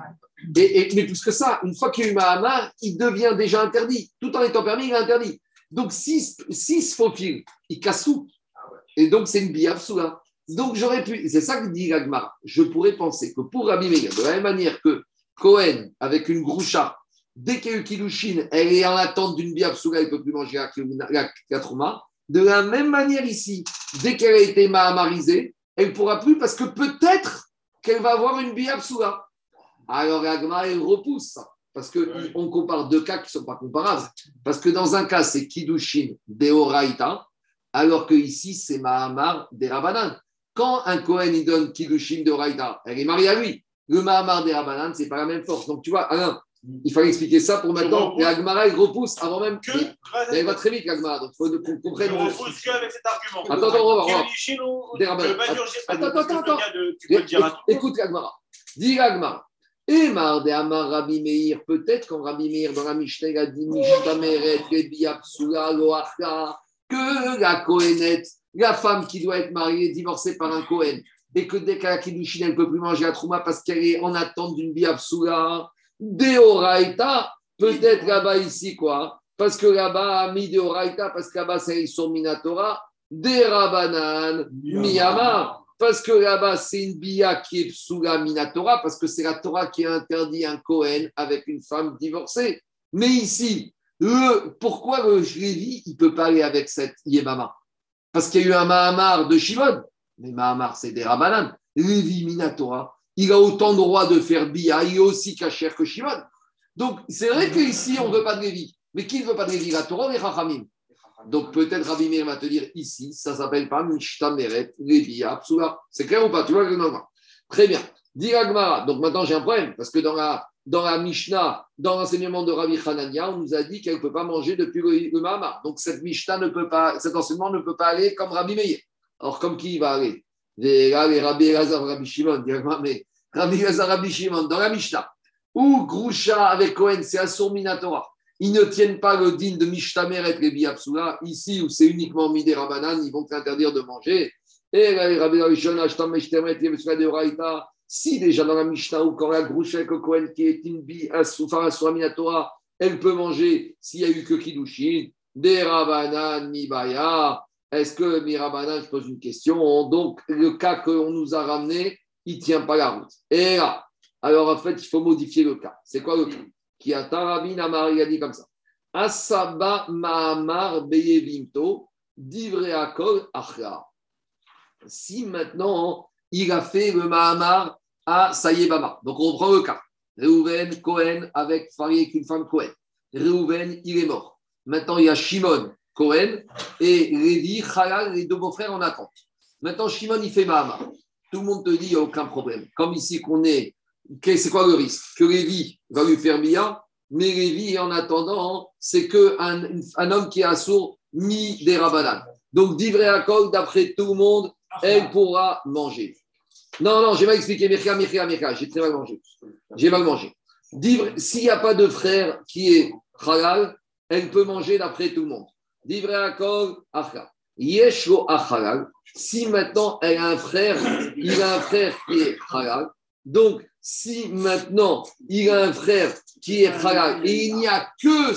Mais plus que ça, une fois qu'il y a eu Mahamar, il devient déjà interdit. Tout en étant permis, il est interdit. Donc, s'il se faufile, il casse tout. Et donc, c'est une bia psoula. Donc, j'aurais pu... C'est ça que dit Gagmar. Je pourrais penser que pour Rabbi Meir, de la même manière que Cohen, avec une groucha, dès qu'il y a eu Kiddushin, elle est en attente d'une bia psoula, elle ne peut plus manger la trouma. De la même manière ici, dès qu'elle a été mahamarisée, elle ne pourra plus parce que peut-être qu'elle va avoir une bia psoula. Alors, Agma, elle repousse ça. Parce qu'on compare deux cas qui ne sont pas comparables. Parce que dans un cas, c'est Kiddushin Deoraita, alors que ici, c'est Mahamar des Rabbanan. Quand un Kohen il donne Kiddushin Deoraita, elle est mariée à lui. Le Mahamar des Rabbanan, ce n'est pas la même force. Donc, tu vois, Alain, il fallait expliquer ça pour maintenant. Et Agmara, il repousse avant même que. Elle va très vite, Agmara. Donc, il faut qu'on comprenne. Il repousse qu'avec cet argument. Attends. Tu peux le dire à tout. Écoute, Agmara. Dis Agmara. Et Mar de Amar Rabbi Meir, peut-être quand Rabbi Meir dans la Mishnah il a dit Mishtameret Rebiya Psula Loacha, que la Kohenette, la femme qui doit être mariée, divorcée par un Kohen, et que dès qu'elle a Kiddushin, elle ne peut plus manger la Trouma parce qu'elle est en attente d'une Bia Psula, Deoraita, peut-être là-bas ici quoi, parce que là-bas, a mis Deoraita, parce que là-bas c'est sur Minatora, des Rabanan, Miyama. Parce que là-bas, c'est une bia qui est sous la Minatora, parce que c'est la Torah qui a interdit un Kohen avec une femme divorcée. Mais ici, Pourquoi le Lévi, il ne peut pas aller avec cette Yébama? Parce qu'il y a eu un Mahamar de Shimon. Mais Mahamar, c'est des Rabbanan. Lévi Minatora, il a autant de droit de faire Bia, il est aussi caché que Shimon. Donc, c'est vrai qu'ici, on ne veut pas de Lévi. Mais qui ne veut pas de Lévi? La Torah, les Chachamim. Donc, peut-être Rabbi Meir va te dire ici, ça ne s'appelle pas Mishta Meret, Lévi, Apsula. C'est clair ou pas? Tu vois que non. Très bien. Dit Agmara. Donc, maintenant, j'ai un problème. Parce que dans la Mishnah, dans l'enseignement de Rabbi Hanania, on nous a dit qu'elle ne peut pas manger depuis le Mahamar. Donc, cette Mishnah ne peut pas, cet enseignement ne peut pas aller comme Rabbi Meir. Alors, comme qui va aller? Les Rabbi Elazar, Rabbi Shimon, mais Rabbi Elazar, Rabbi Shimon, dans la Mishnah, où Groucha avec Cohen, c'est Assur Minatora, ils ne tiennent pas le din de Mishtamer et Levi Apsula, ici où c'est uniquement Midé Rabanan, ils vont t'interdire de manger. Et Rabbi Rishon, Ashtam Mishtamer, Levi de Oraita, si déjà dans la Mishnah ou quand la Groucha avec Cohen qui est Tinbi, Assur Minatora, elle peut manger s'il n'y a eu que Kiddushin, des Rabanan, Mibaya. Est-ce que Mirabanan, je pose une question, donc le cas qu'on nous a ramené, il ne tient pas la route. Et là, alors en fait, il faut modifier le cas. C'est quoi le cas? Qui a Tarabin Amar, il a dit comme ça. Asaba Mahamar Beyevimto, Divreakol Achra. Si maintenant, il a fait le Mahamar à Sayebama, donc on prend le cas. Reuven, Cohen, avec Farid, une femme Cohen. Reuven, il est mort. Maintenant, il y a Shimon, Cohen et Lévi, Halal, les deux beaux-frères en attente. Maintenant, Shimon, il fait Mahamar. Tout le monde te dit, il n'y a aucun problème. Comme ici qu'on est, c'est quoi le risque? Que Lévi va lui faire bien, mais Lévi, en attendant, c'est qu'un homme qui est assourd, ni des Rabanan. Donc, d'Ivré Akol, d'après tout le monde, elle pourra manger. Non, j'ai mal expliqué. Mirka, j'ai très mal mangé. J'ai mal mangé. S'il n'y a pas de frère qui est Halal, elle peut manger d'après tout le monde. Divrei Akol, Achra. Yeshlo Achalal. Si maintenant elle a un frère, il a un frère qui est Halal. Donc, si maintenant il a un frère qui est Halal et il n'y a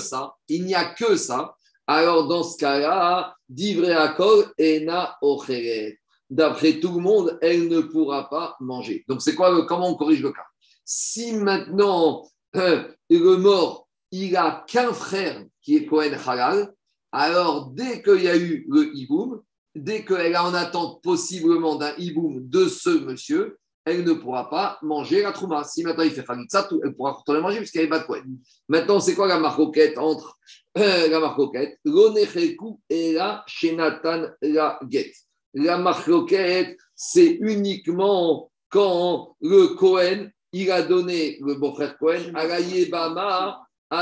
que ça, alors dans ce cas-là, Divrei Akol Ena Ocheret. D'après tout le monde, elle ne pourra pas manger. Donc, c'est quoi, comment on corrige le cas? Si maintenant le mort, il n'a qu'un frère qui est Cohen Halal, alors dès qu'il y a eu le hiboum, dès qu'elle est en attente possiblement d'un hiboum de ce monsieur, elle ne pourra pas manger la trouma. Si maintenant il fait Khalitsa, elle pourra retourner manger puisqu'elle n'est pas de Cohen. Maintenant, c'est quoi la marcoquette entre la marcoquette? L'onecheku et la shenatan la get. La marcoquette, c'est uniquement quand le Cohen, il a donné, le beau-frère Cohen, à la Yébama,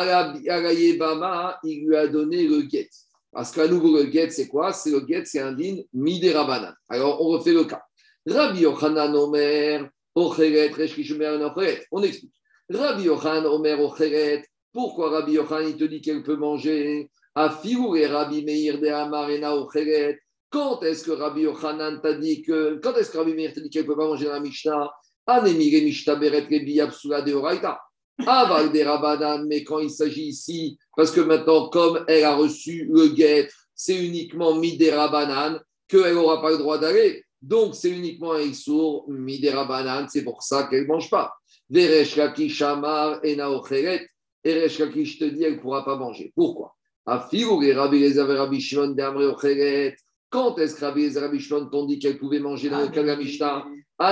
il lui a donné le get. Parce qu'à nouveau, le get, c'est quoi? C'est le get, c'est un din midé rabanan. Alors, on refait le cas. Rabbi Yochanan Omer, Ocheret, Reshkishumer, Ocheret. On explique. Rabbi Yochanan Omer, Ocheret. Pourquoi Rabbi Yochanan, il te dit qu'elle peut manger? Afilou et Rabbi Meir de Amarena Ocheret. Quand est-ce que Rabbi Yochanan t'a dit que. Quand est-ce que Rabbi Meir t'a dit qu'elle ne peut pas manger dans la Mishnah? Anemire Mishnah Beret Rebi Absula de Oraita. Aval des Rabanan, mais quand il s'agit ici, parce que maintenant, comme elle a reçu le guet, c'est uniquement Midé Rabanan qu'elle n'aura pas le droit d'aller. Donc, c'est uniquement un Issour, Midé Rabanan, c'est pour ça qu'elle ne mange pas. Veresh Lakish Amar Ena Ocheret. Veresh Lakish te dit, elle ne pourra pas manger. Pourquoi? Afilou les Rabbi Elazar et Rabbi Shimon de Amre Ocheret. Quand est-ce que Rabbi Elazar et Rabbi Shimon t'ont dit qu'elle pouvait manger dans le cas de la Mishnah?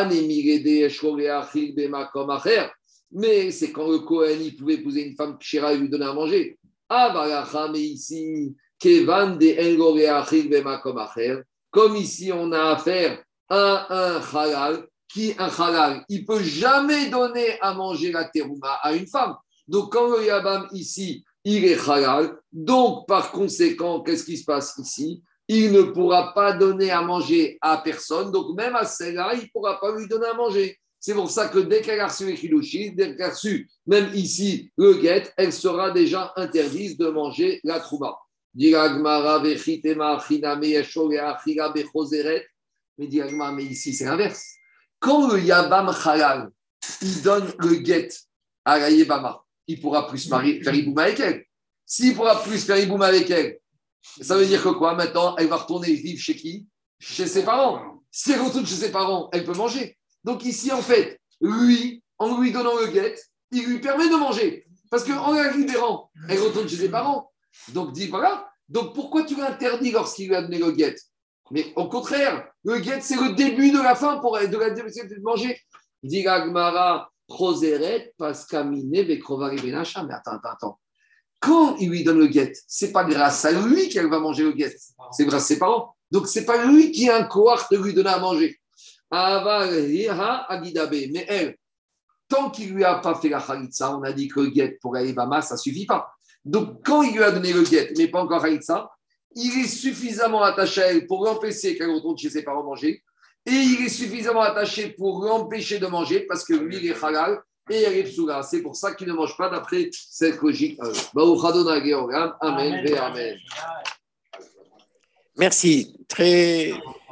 Mais c'est quand le Kohen il pouvait épouser une femme Kshira et lui donner à manger. Mais ici, comme ici on a affaire à un halal, il ne peut jamais donner à manger la terouma à une femme. Donc quand le Yabam ici, il est halal, donc par conséquent, qu'est-ce qui se passe ici? Il ne pourra pas donner à manger à personne, donc même à celle-là, il ne pourra pas lui donner à manger. C'est pour ça que dès qu'elle a reçu les kilouchis, dès qu'elle a reçu même ici le guet, elle sera déjà interdite de manger la trouma. Mais ici c'est l'inverse. Quand le Yabam Halal, il donne le guet à la Yébama, il ne pourra plus faire Iboum avec elle. S'il ne pourra plus faire Iboum avec elle, ça veut dire que quoi? Maintenant, elle va retourner vivre chez qui? Chez ses parents. Si elle retourne chez ses parents, elle peut manger. Donc ici, en fait, lui, en lui donnant le guet, il lui permet de manger. Parce qu'en la libérant, elle retourne chez ses parents. Donc, dit voilà. Donc, pourquoi tu l'interdis lorsqu'il lui a donné le guet? Mais au contraire, le guet, c'est le début de la fin pour de la possibilité de manger. Dit Agmara, Proseret, Pascamine, Bekrovari Benacha. Mais attends. Quand il lui donne le guet, c'est pas grâce à lui qu'elle va manger le guet, c'est grâce à ses parents. Donc, c'est pas lui qui a un courage de lui donner à manger. Mais elle, tant qu'il ne lui a pas fait la khalitsa, on a dit que le guet pour Aïbama, ça ne suffit pas. Donc, quand il lui a donné le guet, mais pas encore khalitsa, il est suffisamment attaché à elle pour l'empêcher qu'elle retourne chez ses parents manger. Et il est suffisamment attaché pour l'empêcher de manger parce que lui, il est halal et elle est psoula. C'est pour ça qu'il ne mange pas d'après cette logique. Amen. Amen. Merci. Très